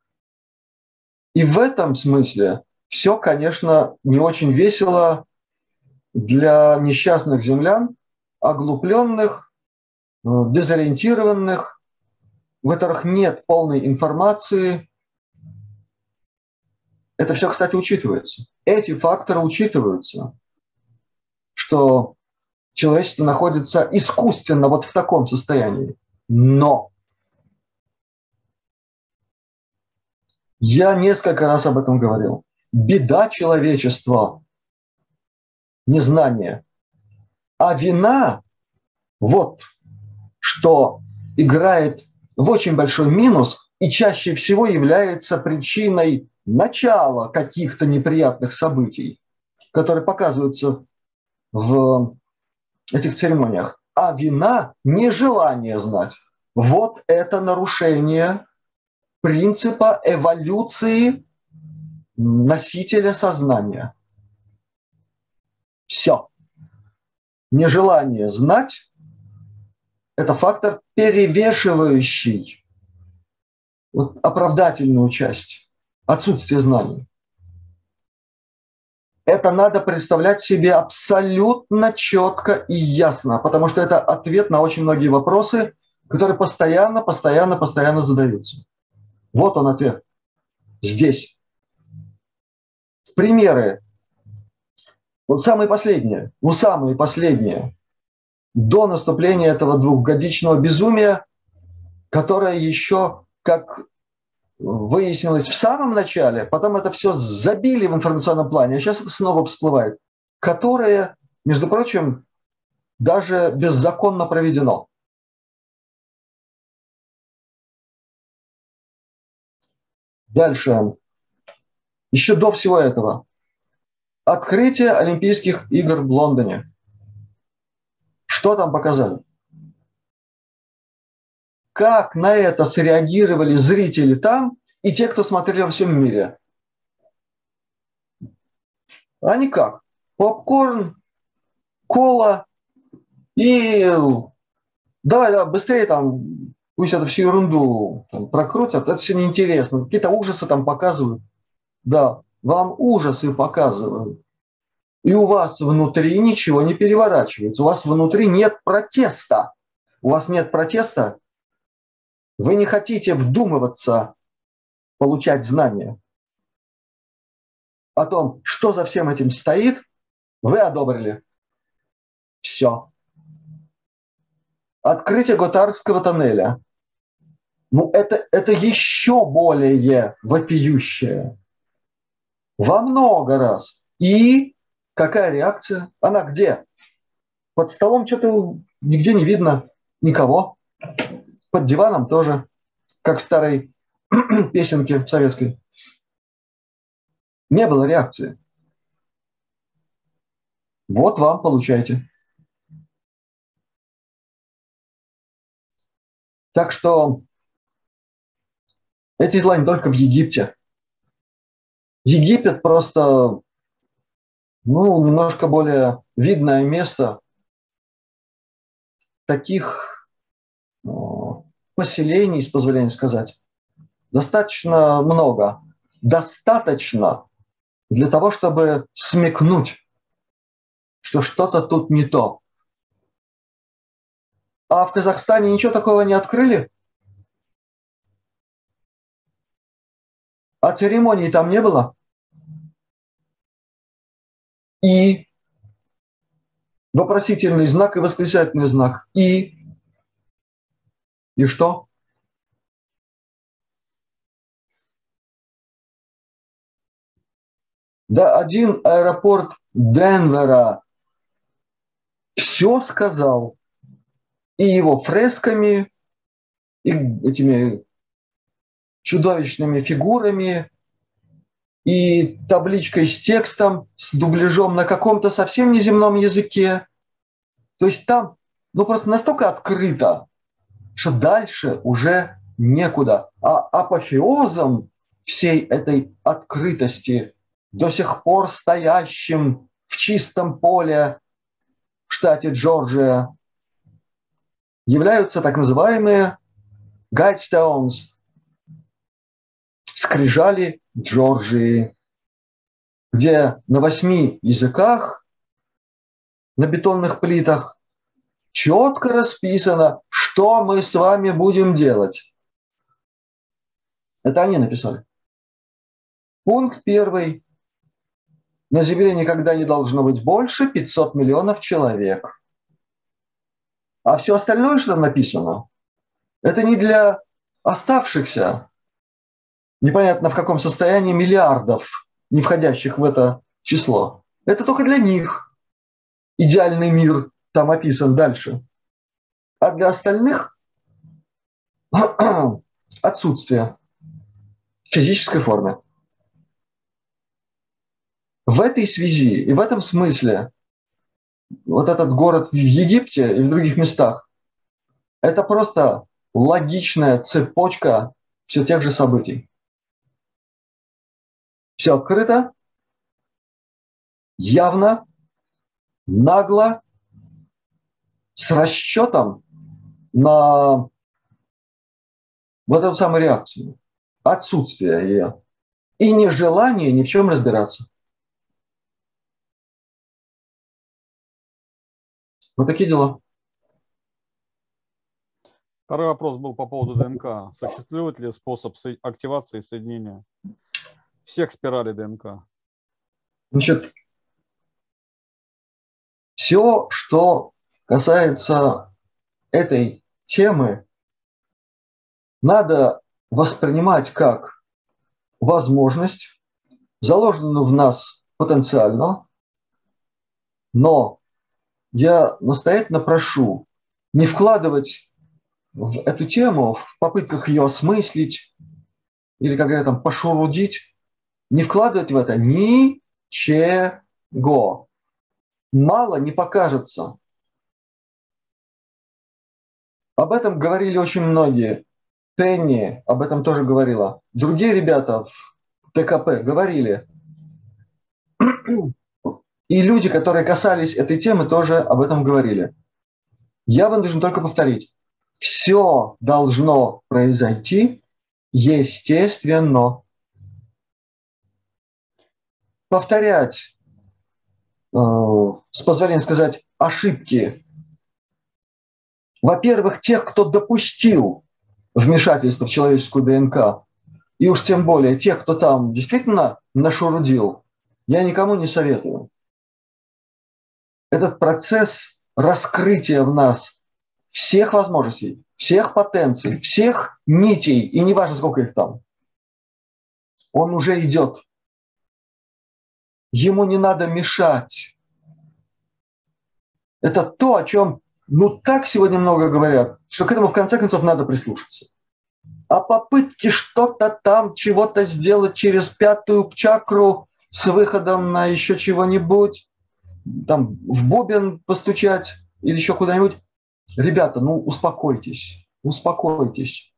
И в этом смысле все, конечно, не очень весело для несчастных землян, оглупленных, дезориентированных, у которых нет полной информации. Это все, кстати, учитывается. Эти факторы учитываются, что человечество находится искусственно вот в таком состоянии. Но я несколько раз об этом говорил. Беда человечества – незнание. А вина – вот что играет в очень большой минус и чаще всего является причиной начала каких-то неприятных событий, которые показываются в этих церемониях. А вина – нежелание знать. Вот это нарушение принципа эволюции носителя сознания. Все. Нежелание знать – это фактор, перевешивающий вот оправдательную часть, отсутствие знаний. Это надо представлять себе абсолютно четко и ясно, потому что это ответ на очень многие вопросы, которые постоянно, постоянно, постоянно задаются. Вот он ответ. Здесь. Примеры. Вот самые последние, ну самые последние, до наступления этого двухгодичного безумия, которое еще, как выяснилось в самом начале, потом это все забили в информационном плане, а сейчас это снова всплывает, которое, между прочим, даже беззаконно проведено. Дальше. Еще до всего этого. Открытие Олимпийских игр в Лондоне. Что там показали? Как на это среагировали зрители там и те, кто смотрели во всем мире? А никак. Попкорн, кола и давай, давай быстрее там, пусть эту всю ерунду там прокрутят, это все неинтересно. Какие-то ужасы там показывают. Да, вам ужасы показывают. И у вас внутри ничего не переворачивается. У вас внутри нет протеста. У вас нет протеста. Вы не хотите вдумываться, получать знания о том, что за всем этим стоит, вы одобрили. Все. Открытие Готардского тоннеля. Ну, это, это еще более вопиющее. Во много раз. И какая реакция? Она где? Под столом что-то нигде не видно никого. Под диваном тоже, как в старой песенке советской. Не было реакции. Вот вам, получайте. Так что эти дела не только в Египте. Египет просто, ну, немножко более видное место. Таких ну, поселений, с позволения сказать, достаточно много. Достаточно для того, чтобы смекнуть, что что-то тут не то. А в Казахстане ничего такого не открыли? А церемонии там не было? И вопросительный знак и восклицательный знак. И. И что? Да один аэропорт Денвера все сказал. И его фресками, и этими чудовищными фигурами, и табличкой с текстом, с дубляжом на каком-то совсем неземном языке. То есть там, ну, просто настолько открыто, что дальше уже некуда. А апофеозом всей этой открытости, до сих пор стоящим в чистом поле в штате Джорджия, являются так называемые Guidestones, скрижали Джорджии, где на восьми языках, на бетонных плитах, четко расписано, что мы с вами будем делать. Это они написали. Пункт первый. На Земле никогда не должно быть больше пятисот миллионов человек. А все остальное, что там написано, это не для оставшихся, непонятно в каком состоянии, миллиардов, не входящих в это число. Это только для них. Идеальный мир там описан дальше. А для остальных отсутствие в физической форме. В этой связи и в этом смысле вот этот город в Египте и в других местах – это просто логичная цепочка все тех же событий. Все открыто, явно, нагло, с расчетом на вот эту самую реакцию, отсутствие ее и нежелание ни в чем разбираться. Вот такие дела. Второй вопрос был по поводу ДНК. Существует ли способ активации соединения всех спиралей ДНК? Значит, все, что касается этой темы, надо воспринимать как возможность, заложенную в нас потенциально, но я настоятельно прошу не вкладывать в эту тему в попытках ее осмыслить или, как говорят, там, пошурудить, не вкладывать в это ничего. Мало не покажется. Об этом говорили очень многие. Пенни об этом тоже говорила. Другие ребята в ТКП говорили. И люди, которые касались этой темы, тоже об этом говорили. Я вынужден только повторить. Все должно произойти естественно. Повторять, э, с позволения сказать, ошибки, во-первых, тех, кто допустил вмешательство в человеческую ДНК, и уж тем более тех, кто там действительно нашурудил, я никому не советую. Этот процесс раскрытия в нас всех возможностей, всех потенций, всех нитей, и неважно, сколько их там, он уже идет. Ему не надо мешать. Это то, о чем ну так сегодня много говорят, что к этому в конце концов надо прислушаться. А попытки что-то там, чего-то сделать через пятую чакру с выходом на еще чего-нибудь, там в бубен постучать или еще куда-нибудь. Ребята, ну успокойтесь, успокойтесь.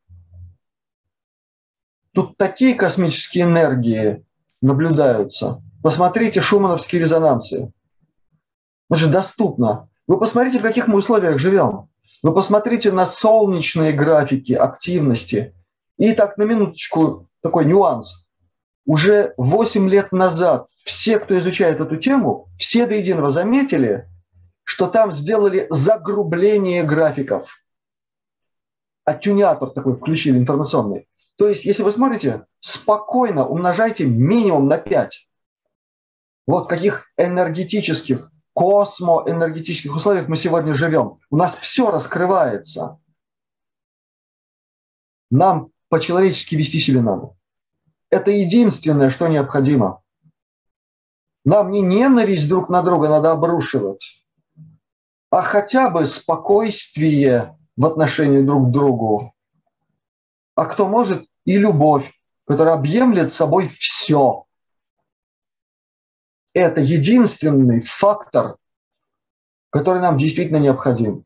Тут такие космические энергии наблюдаются. Посмотрите шумановские резонансы. Это же доступно. Вы посмотрите, в каких мы условиях живем. Вы посмотрите на солнечные графики активности. И так, на минуточку, такой нюанс. Уже восемь лет назад все, кто изучает эту тему, все до единого заметили, что там сделали загрубление графиков. Аттюнятор такой включили информационный. То есть, если вы смотрите, спокойно умножайте минимум на пять. Вот в каких энергетических, космоэнергетических условиях мы сегодня живем. У нас все раскрывается. Нам по-человечески вести себя надо. Это единственное, что необходимо. Нам не ненависть друг на друга надо обрушивать, а хотя бы спокойствие в отношении друг к другу. А кто может, и любовь, которая объемлет собой все. Это единственный фактор, который нам действительно необходим.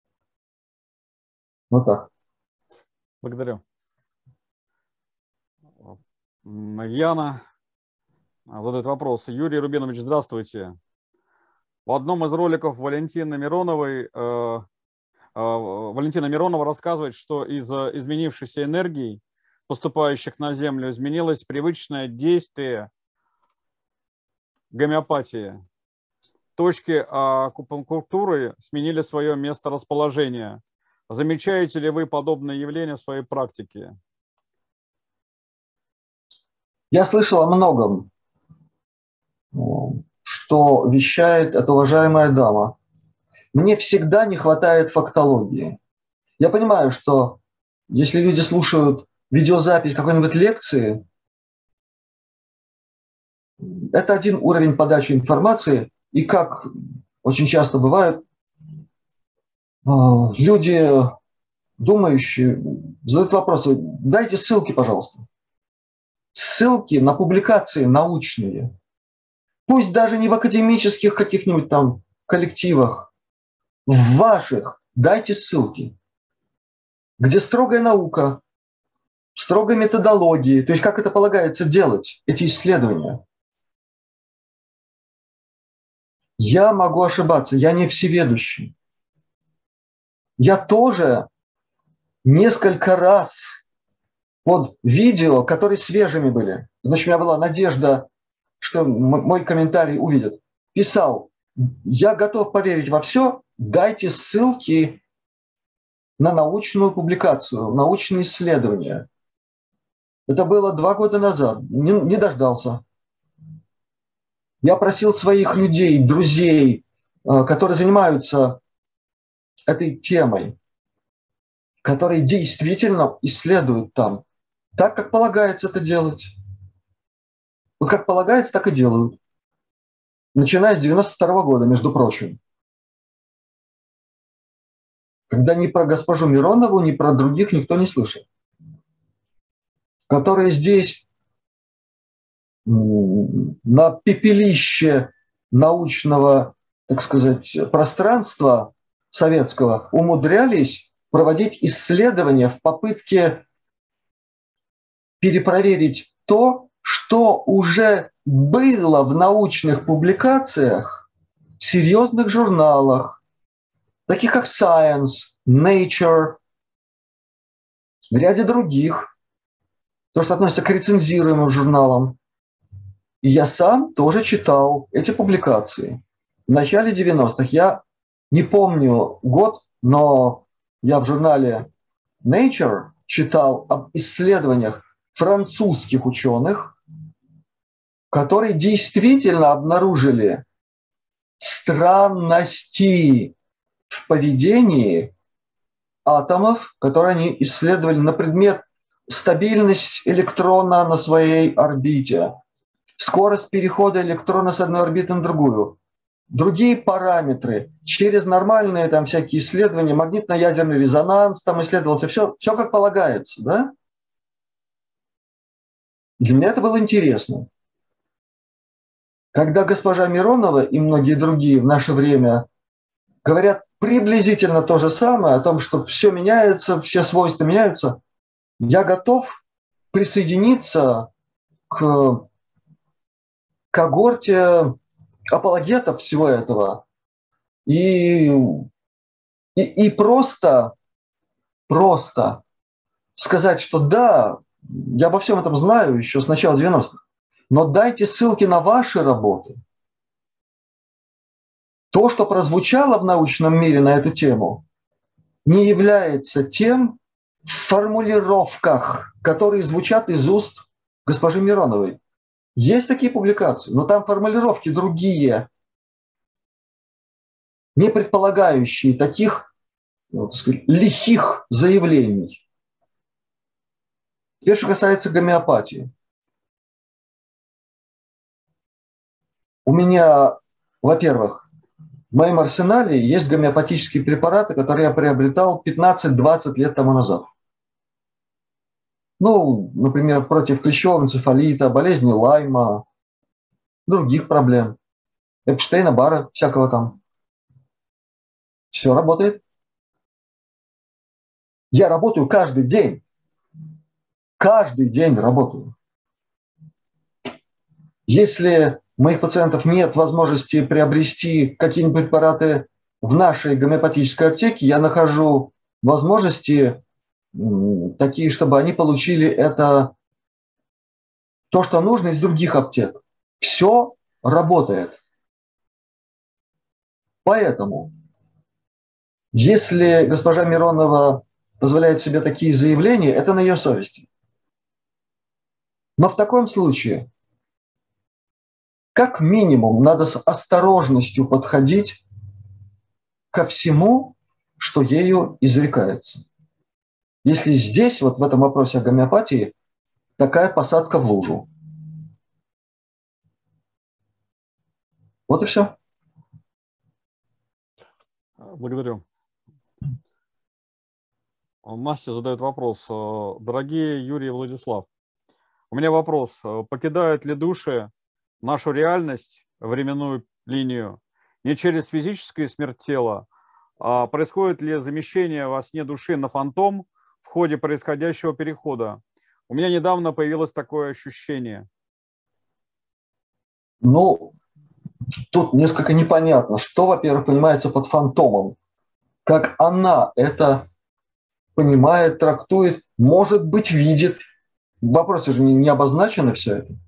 Вот так. Благодарю. Яна задает вопрос. Юрий Рубинович, здравствуйте. В одном из роликов Валентины Мироновой, э, э, Валентина Миронова рассказывает, что из-за изменившейся энергии, поступающих на Землю, изменилось привычное действие гомеопатии. Точки акупунктуры сменили свое месторасположение. Замечаете ли вы подобные явления в своей практике? Я слышал о многом, что вещает эта уважаемая дама. Мне всегда не хватает фактологии. Я понимаю, что если люди слушают видеозапись какой-нибудь лекции, это один уровень подачи информации, и как очень часто бывает, люди, думающие, задают вопросы: дайте ссылки, пожалуйста. Ссылки на публикации научные. Пусть даже не в академических каких-нибудь там коллективах, в ваших дайте ссылки, где строгая наука, строгая методология, то есть как это полагается делать, эти исследования. Я могу ошибаться, я не всеведущий. Я тоже несколько раз под видео, которые свежими были, значит, у меня была надежда, что мой комментарий увидят, писал: я готов поверить во все, дайте ссылки на научную публикацию, научные исследования. Это было два года назад, не, не дождался. Я просил своих людей, друзей, которые занимаются этой темой, которые действительно исследуют там, так, как полагается это делать. Вот как полагается, так и делают. Начиная с девяносто второго года, между прочим. Когда ни про госпожу Миронову, ни про других никто не слышал. Которые здесь на пепелище научного, так сказать, пространства советского умудрялись проводить исследования в попытке перепроверить то, что уже было в научных публикациях, в серьезных журналах, таких как Science, Nature, в ряде других, то, что относится к рецензируемым журналам. И я сам тоже читал эти публикации. В начале девяностых, я не помню год, но я в журнале Nature читал об исследованиях французских ученых, которые действительно обнаружили странности в поведении атомов, которые они исследовали на предмет стабильность электрона на своей орбите, скорость перехода электрона с одной орбиты на другую, другие параметры, через нормальные там всякие исследования, магнитно-ядерный резонанс там исследовался, все, все как полагается, да? Для меня это было интересно. Когда госпожа Миронова и многие другие в наше время говорят приблизительно то же самое, о том, что все меняется, все свойства меняются, я готов присоединиться к когорте апологетов всего этого и, и, и просто, просто сказать, что да, я обо всем этом знаю еще с начала девяностых, но дайте ссылки на ваши работы. То, что прозвучало в научном мире на эту тему, не является тем в формулировках, которые звучат из уст госпожи Мироновой. Есть такие публикации, но там формулировки другие, не предполагающие таких, ну, так сказать, лихих заявлений. Теперь, что касается гомеопатии. У меня, во-первых, в моем арсенале есть гомеопатические препараты, которые я приобретал пятнадцать-двадцать лет тому назад. Ну, например, против клещевого энцефалита, болезни Лайма, других проблем. Эпштейна, Барра, всякого там. Все работает. Я работаю каждый день. Каждый день работаю. Если у моих пациентов нет возможности приобрести какие-нибудь препараты в нашей гомеопатической аптеке, я нахожу возможности такие, чтобы они получили это, то, что нужно из других аптек. Все работает. Поэтому, если госпожа Миронова позволяет себе такие заявления, это на ее совести. Но в таком случае, как минимум, надо с осторожностью подходить ко всему, что ею изрекается. Если здесь, вот в этом вопросе о гомеопатии, такая посадка в лужу. Вот и все. Благодарю. Настя задает вопрос. Дорогие Юрий и Владислав, у меня вопрос. Покидают ли души нашу реальность, временную линию, не через физическую смерть тела, а происходит ли замещение во сне души на фантом в ходе происходящего перехода? У меня недавно появилось такое ощущение. Ну, тут несколько непонятно, что, во-первых, понимается под фантомом. Как она это понимает, трактует, может быть, видит. В вопросе же не обозначено все это.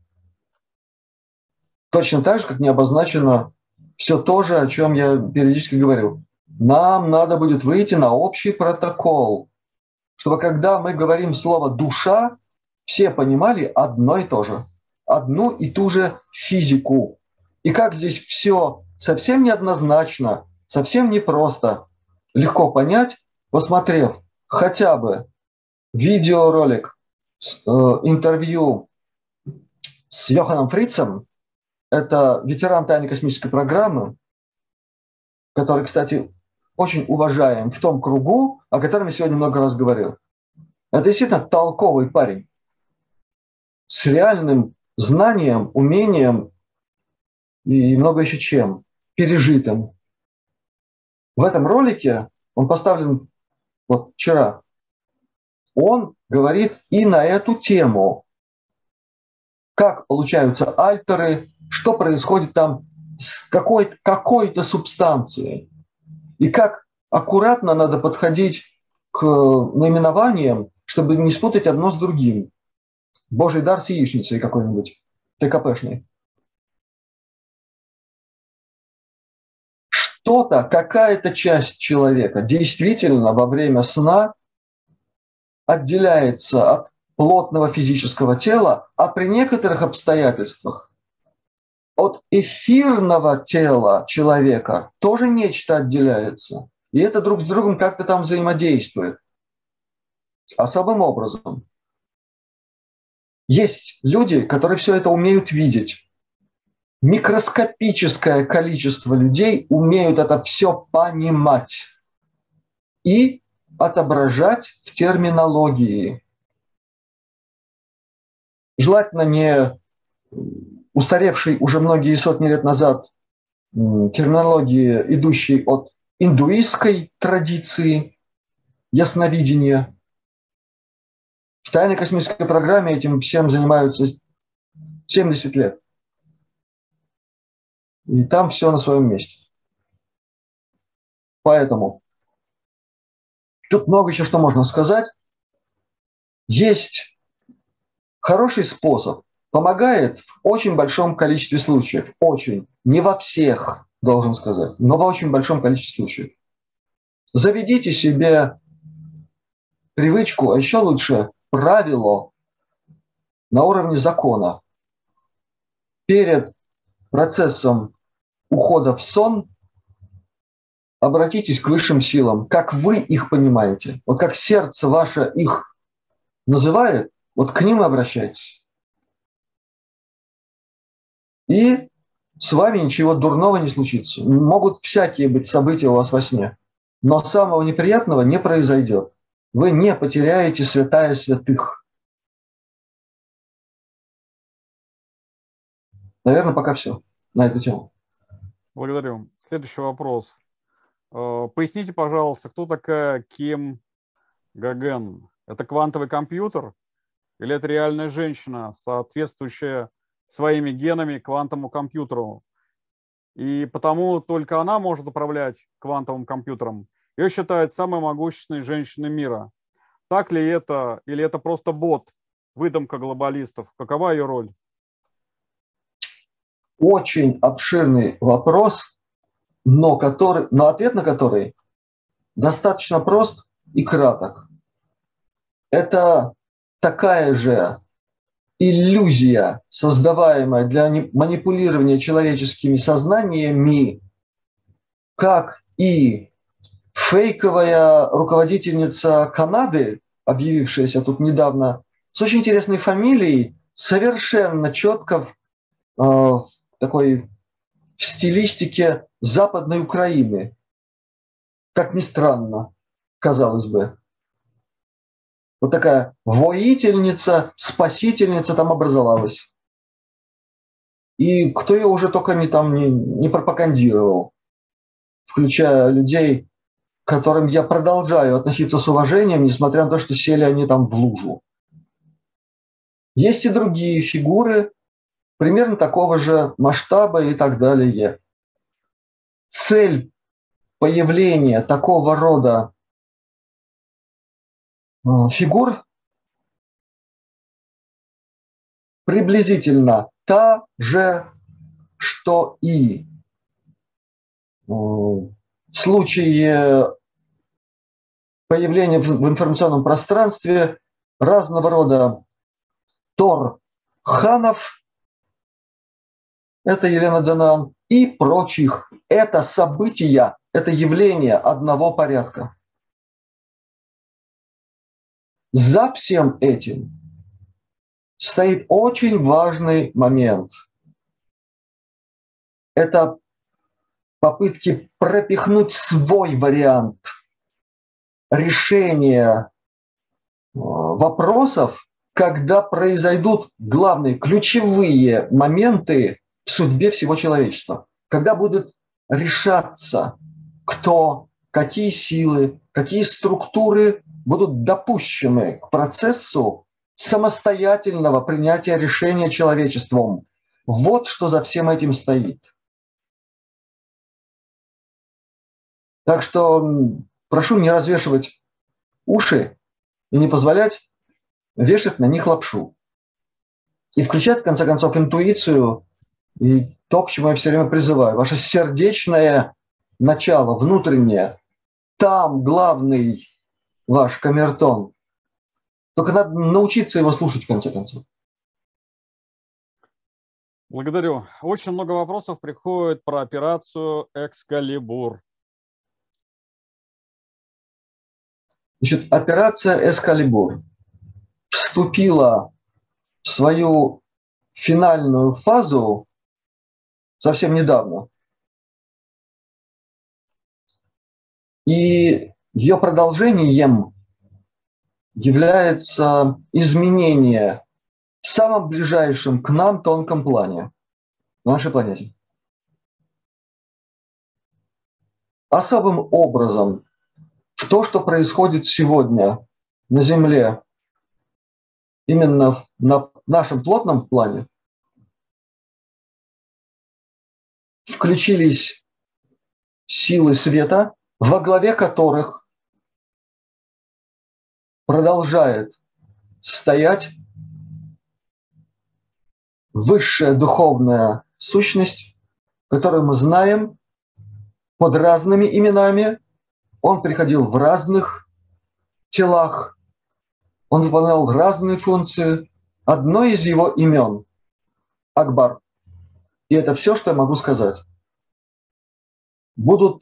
Точно так же, как не обозначено все то же, о чем я периодически говорю. Нам надо будет выйти на общий протокол, чтобы когда мы говорим слово «душа», все понимали одно и то же, одну и ту же физику. И как здесь все совсем неоднозначно, совсем непросто, легко понять, посмотрев хотя бы видеоролик, э, интервью с Йоханом Фрицем, это ветеран тайной космической программы, который, кстати, очень уважаем в том кругу, о котором я сегодня много раз говорил. Это действительно толковый парень с реальным знанием, умением и много еще чем, пережитым. В этом ролике, он поставлен вот вчера, он говорит и на эту тему, как получаются альтеры, что происходит там с какой-то, какой-то субстанцией, и как аккуратно надо подходить к наименованиям, чтобы не спутать одно с другим. Божий дар с яичницей какой-нибудь, ТКПшный. Что-то, какая-то часть человека действительно во время сна отделяется от плотного физического тела, а при некоторых обстоятельствах от эфирного тела человека тоже нечто отделяется. И это друг с другом как-то там взаимодействует. Особым образом. Есть люди, которые все это умеют видеть. Микроскопическое количество людей умеют это все понимать и отображать в терминологии. Желательно не устаревшей уже многие сотни лет назад терминологии, идущей от индуистской традиции ясновидения. В тайной космической программе этим всем занимаются семьдесят лет. И там все на своем месте. Поэтому тут много еще что можно сказать. Есть хороший способ. Помогает в очень большом количестве случаев. Очень. Не во всех, должен сказать, но в очень большом количестве случаев. Заведите себе привычку, а еще лучше правило на уровне закона. перед процессом ухода в сон обратитесь к высшим силам, как вы их понимаете. Вот как сердце ваше их называет, вот к ним обращайтесь. И с вами ничего дурного не случится. Могут всякие быть события у вас во сне, но самого неприятного не произойдет. Вы не потеряете святая святых. Наверное, пока все на эту тему. Благодарю. Следующий вопрос. Поясните, пожалуйста, кто такая Ким Гоген? Это квантовый компьютер или это реальная женщина, соответствующая своими генами квантовому компьютеру? И потому только она может управлять квантовым компьютером. Ее считают самой могущественной женщиной мира. Так ли это, или это просто бот, выдумка глобалистов? Какова ее роль? Очень обширный вопрос, но, который, но ответ на который достаточно прост и краток. Это такая же иллюзия, создаваемая для манипулирования человеческими сознаниями, как и фейковая руководительница Канады, объявившаяся тут недавно, с очень интересной фамилией, совершенно четко в, э, такой в стилистике Западной Украины. Как ни странно, казалось бы. Вот такая воительница, спасительница там образовалась. И кто ее уже только не, там не, не пропагандировал, включая людей, к которым я продолжаю относиться с уважением, несмотря на то, что сели они там в лужу. Есть и другие фигуры, примерно такого же масштаба и так далее. Цель появления такого рода фигур приблизительно та же, что и в случае появления в информационном пространстве разного рода Торханов, это Елена Данан, и прочих. Это события, это явление одного порядка. За всем этим стоит очень важный момент. Это попытки пропихнуть свой вариант решения вопросов, когда произойдут главные, ключевые моменты в судьбе всего человечества. Когда будут решаться, кто, какие силы, какие структуры будут допущены к процессу самостоятельного принятия решения человечеством. Вот что за всем этим стоит. Так что прошу не развешивать уши и не позволять вешать на них лапшу. И включать, в конце концов, интуицию и то, к чему я все время призываю. Ваше сердечное начало, внутреннее. Там главный ваш камертон. Только надо научиться его слушать, в конце концов. Благодарю. Очень много вопросов приходит про операцию «Экскалибур». Значит, операция «Экскалибур» вступила в свою финальную фазу совсем недавно. И ее продолжением является изменение в самом ближайшем к нам тонком плане, на нашей планете. Особым образом в то, что происходит сегодня на Земле, именно на нашем плотном плане, включились силы света, во главе которых продолжает стоять высшая духовная сущность, которую мы знаем под разными именами. Он приходил в разных телах, он выполнял разные функции. Одно из его имен – Акбар. И это все, что я могу сказать. Будут,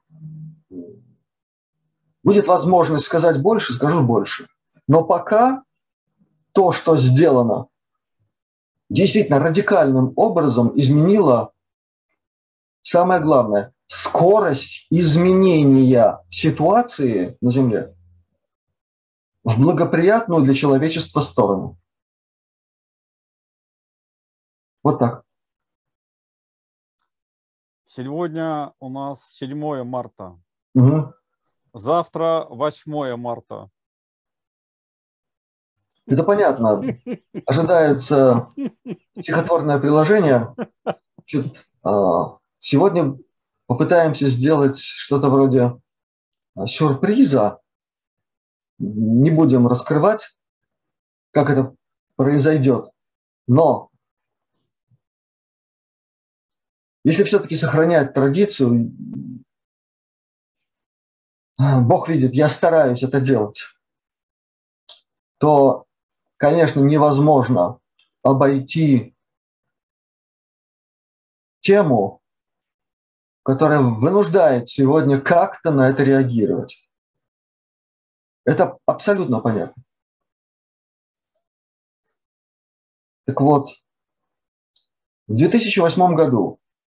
будет возможность сказать больше, скажу больше. Но пока то, что сделано, действительно радикальным образом изменило, самое главное, скорость изменения ситуации на Земле в благоприятную для человечества сторону. Вот так. Сегодня у нас седьмое марта. Угу. Завтра восьмое марта. Это понятно. Ожидается стихотворное приложение. Сегодня попытаемся сделать что-то вроде сюрприза. Не будем раскрывать, как это произойдет. Но если все-таки сохранять традицию, Бог видит, я стараюсь это делать, то, конечно, невозможно обойти тему, которая вынуждает сегодня как-то на это реагировать. Это абсолютно понятно. Так вот, в две тысячи восьмом году,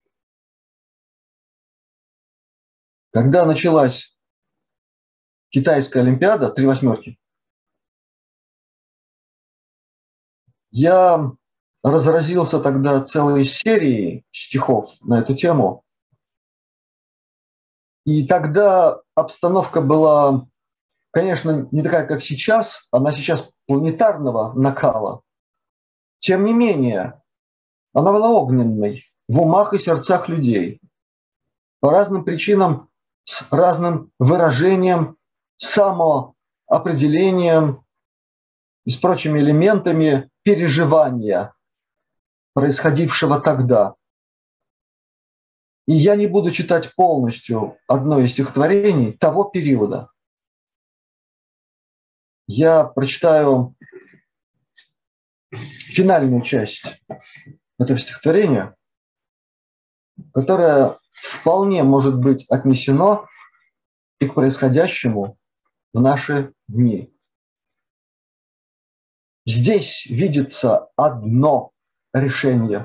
когда началась Китайская Олимпиада, три восьмерки, я разразился тогда целой серией стихов на эту тему. И тогда обстановка была, конечно, не такая, как сейчас, она сейчас планетарного накала. Тем не менее, она была огненной в умах и сердцах людей. По разным причинам, с разным выражением, самоопределением и с прочими элементами переживания, происходившего тогда. И я не буду читать полностью одно из стихотворений того периода. Я прочитаю финальную часть этого стихотворения, которое вполне может быть отнесено и к происходящему в наши дни. Здесь видится одно решение.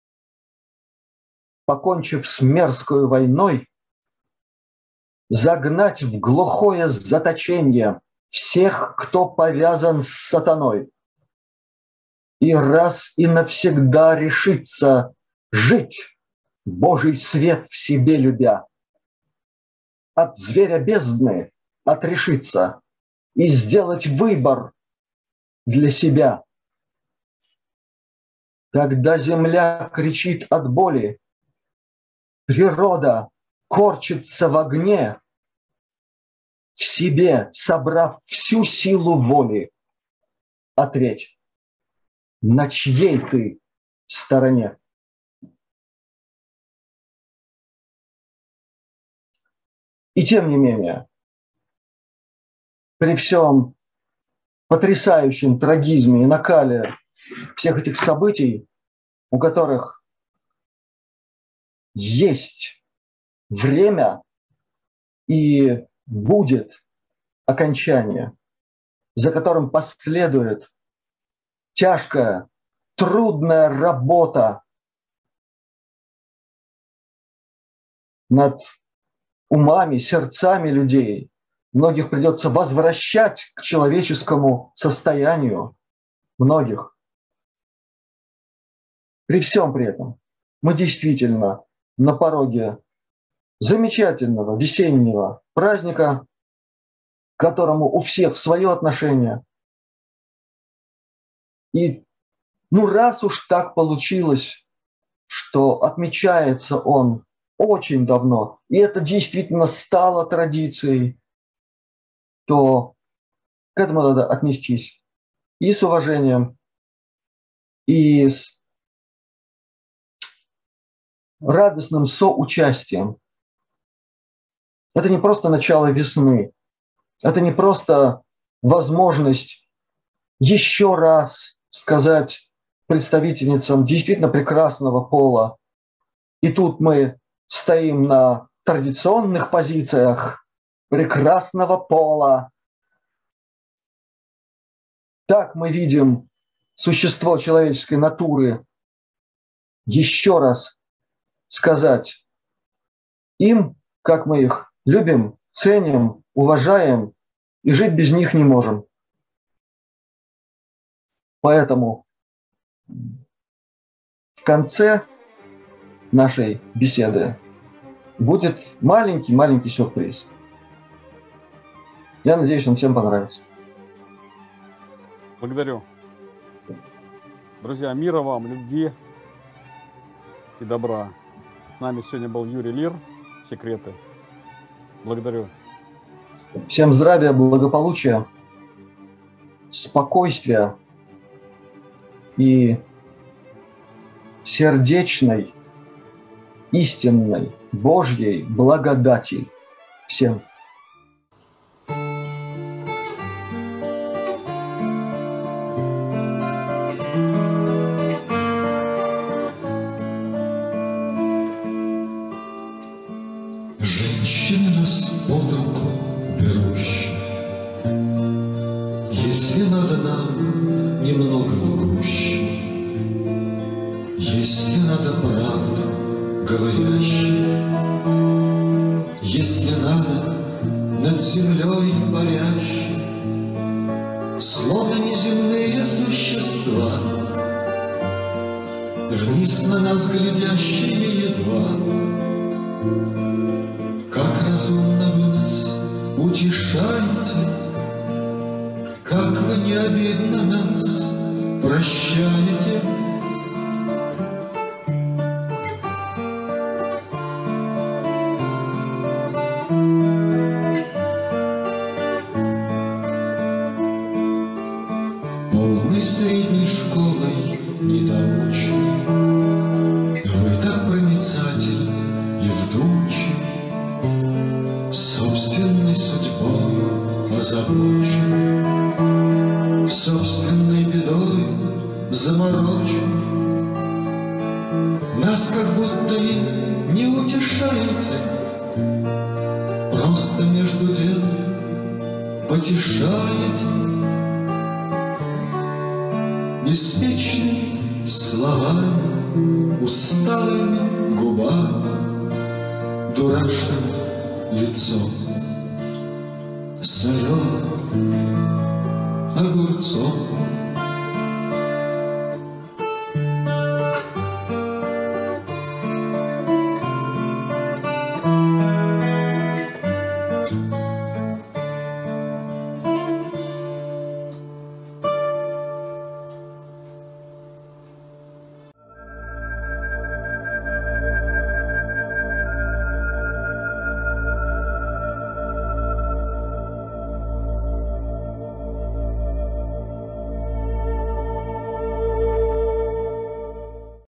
Покончив с мерзкою войной, загнать в глухое заточение всех, кто повязан с сатаной, и раз и навсегда решиться жить, Божий свет в себе любя, от зверя бездны отрешиться и сделать выбор для себя. Когда земля кричит от боли, природа корчится в огне, в себе собрав всю силу воли, ответь, на чьей ты стороне? И тем не менее, при всем потрясающем трагизме и накале всех этих событий, у которых есть время и будет окончание, за которым последует тяжкая, трудная работа над умами, сердцами людей. Многих придется возвращать к человеческому состоянию. Многих. При всем при этом мы действительно на пороге замечательного весеннего праздника, к которому у всех свое отношение. И ну раз уж так получилось, что отмечается он очень давно, и это действительно стало традицией, то к этому надо отнестись и с уважением, и с радостным соучастием. Это не просто начало весны, это не просто возможность еще раз сказать представительницам действительно прекрасного пола И тут мы стоим на традиционных позициях прекрасного пола. Так мы видим существо человеческой натуры. Еще раз сказать им, как мы их любим, ценим, уважаем и жить без них не можем. Поэтому в конце нашей беседы будет маленький-маленький сюрприз. Я надеюсь, он всем понравится. Благодарю. Друзья, мира вам, любви и добра. С нами сегодня был Юрий Лир, «Секреты». Благодарю. Всем здравия, благополучия, спокойствия и сердечной, истинной, Божьей благодати всем. Женщины нас под руку берущие, если надо нам немного лгущие, если надо правду говорящие, если надо над землей парящие, словно неземные существа, вниз на нас глядящие едва. Как разумно вы нас утешаете, как вы не обидно нас прощаете. Полной средней школой недоученный, вы так проницательны и вдумчивы, собственной судьбой озабочен, собственной бедой заморочен. Нас как будто и не утешаете, просто между делом потешаете. Беспечными словами, усталыми губами, дурашным лицом, соленым огурцом.